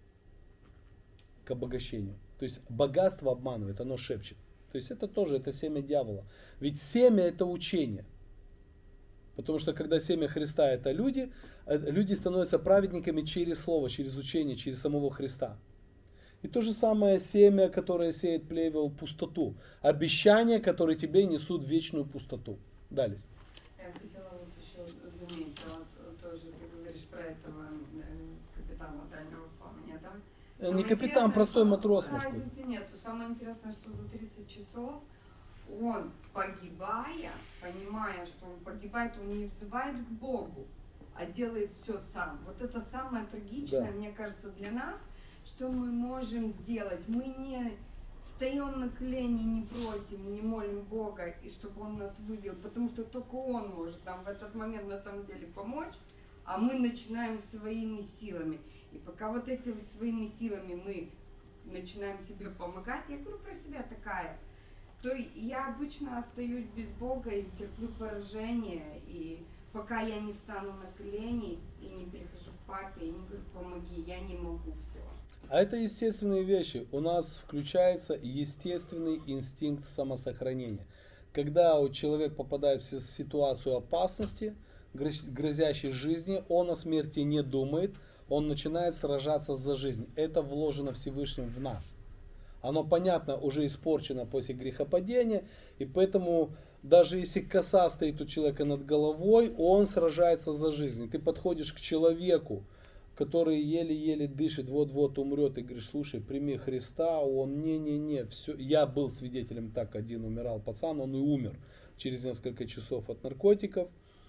к обогащению. То есть богатство обманывает, оно шепчет. То есть это тоже, это семя дьявола. Ведь семя это учение. Потому что когда семя Христа это люди, люди становятся праведниками через слово, через учение, через самого Христа. И то же самое семя, которое сеет плевел, пустоту. Обещания, которые тебе несут вечную пустоту. Далее. Я хотела вот еще заметить, вот тоже ты говоришь про этого капитана дальнего плавания, да? Не капитан, простой матрос. Разницы нету. Самое интересное, что за 30 часов он, погибая, понимая, что он погибает, он не взывает к Богу, а делает все сам. Вот это самое трагичное, Да. мне кажется, для нас, что мы можем сделать. Мы не встаем на колени, не просим, не молим Бога, и чтобы Он нас вывел, потому что только Он может нам в этот момент на самом деле помочь, а мы начинаем своими силами. И пока вот этими своими силами мы начинаем себе помогать, я говорю про себя такая, то я обычно остаюсь без Бога и терплю поражение, и пока я не встану на колени и не прихожу к папе, и не говорю, помоги, я не могу все. А это естественные вещи. У нас включается естественный инстинкт самосохранения. Когда человек попадает в ситуацию опасности, грозящей жизни, он о смерти не думает, он начинает сражаться за жизнь. Это вложено Всевышним в нас. Оно, понятно, уже испорчено после грехопадения, и поэтому даже если коса стоит у человека над головой, он сражается за жизнь. Ты подходишь к человеку, который еле-еле дышит, вот-вот умрет, и говоришь, слушай, прими Христа, он не-не-не, все. Я был свидетелем, так один умирал пацан, он и умер через несколько часов от наркотиков.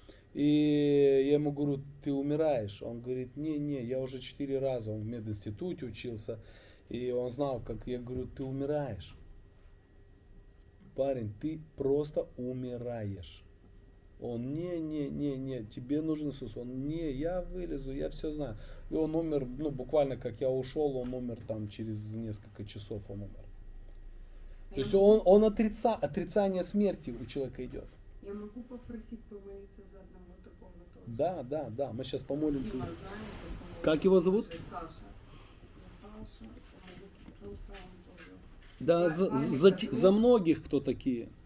И я ему говорю, ты умираешь? Он говорит, не-не, я уже 4 раза, он в мединституте учился, и он знал, как я говорю, ты умираешь. Парень, ты просто умираешь. Он, не, тебе нужен Иисус. Он, не, я вылезу, я все знаю. И он умер, ну, буквально как я ушел, он умер там через несколько часов он умер. То есть он отрицание смерти у человека идет. Я могу попросить помолиться за одного такого тоже? Да, мы сейчас помолимся. Дима знает, Как его зовут? Саша. Саша, потому что он тоже... Да, за многих кто такие.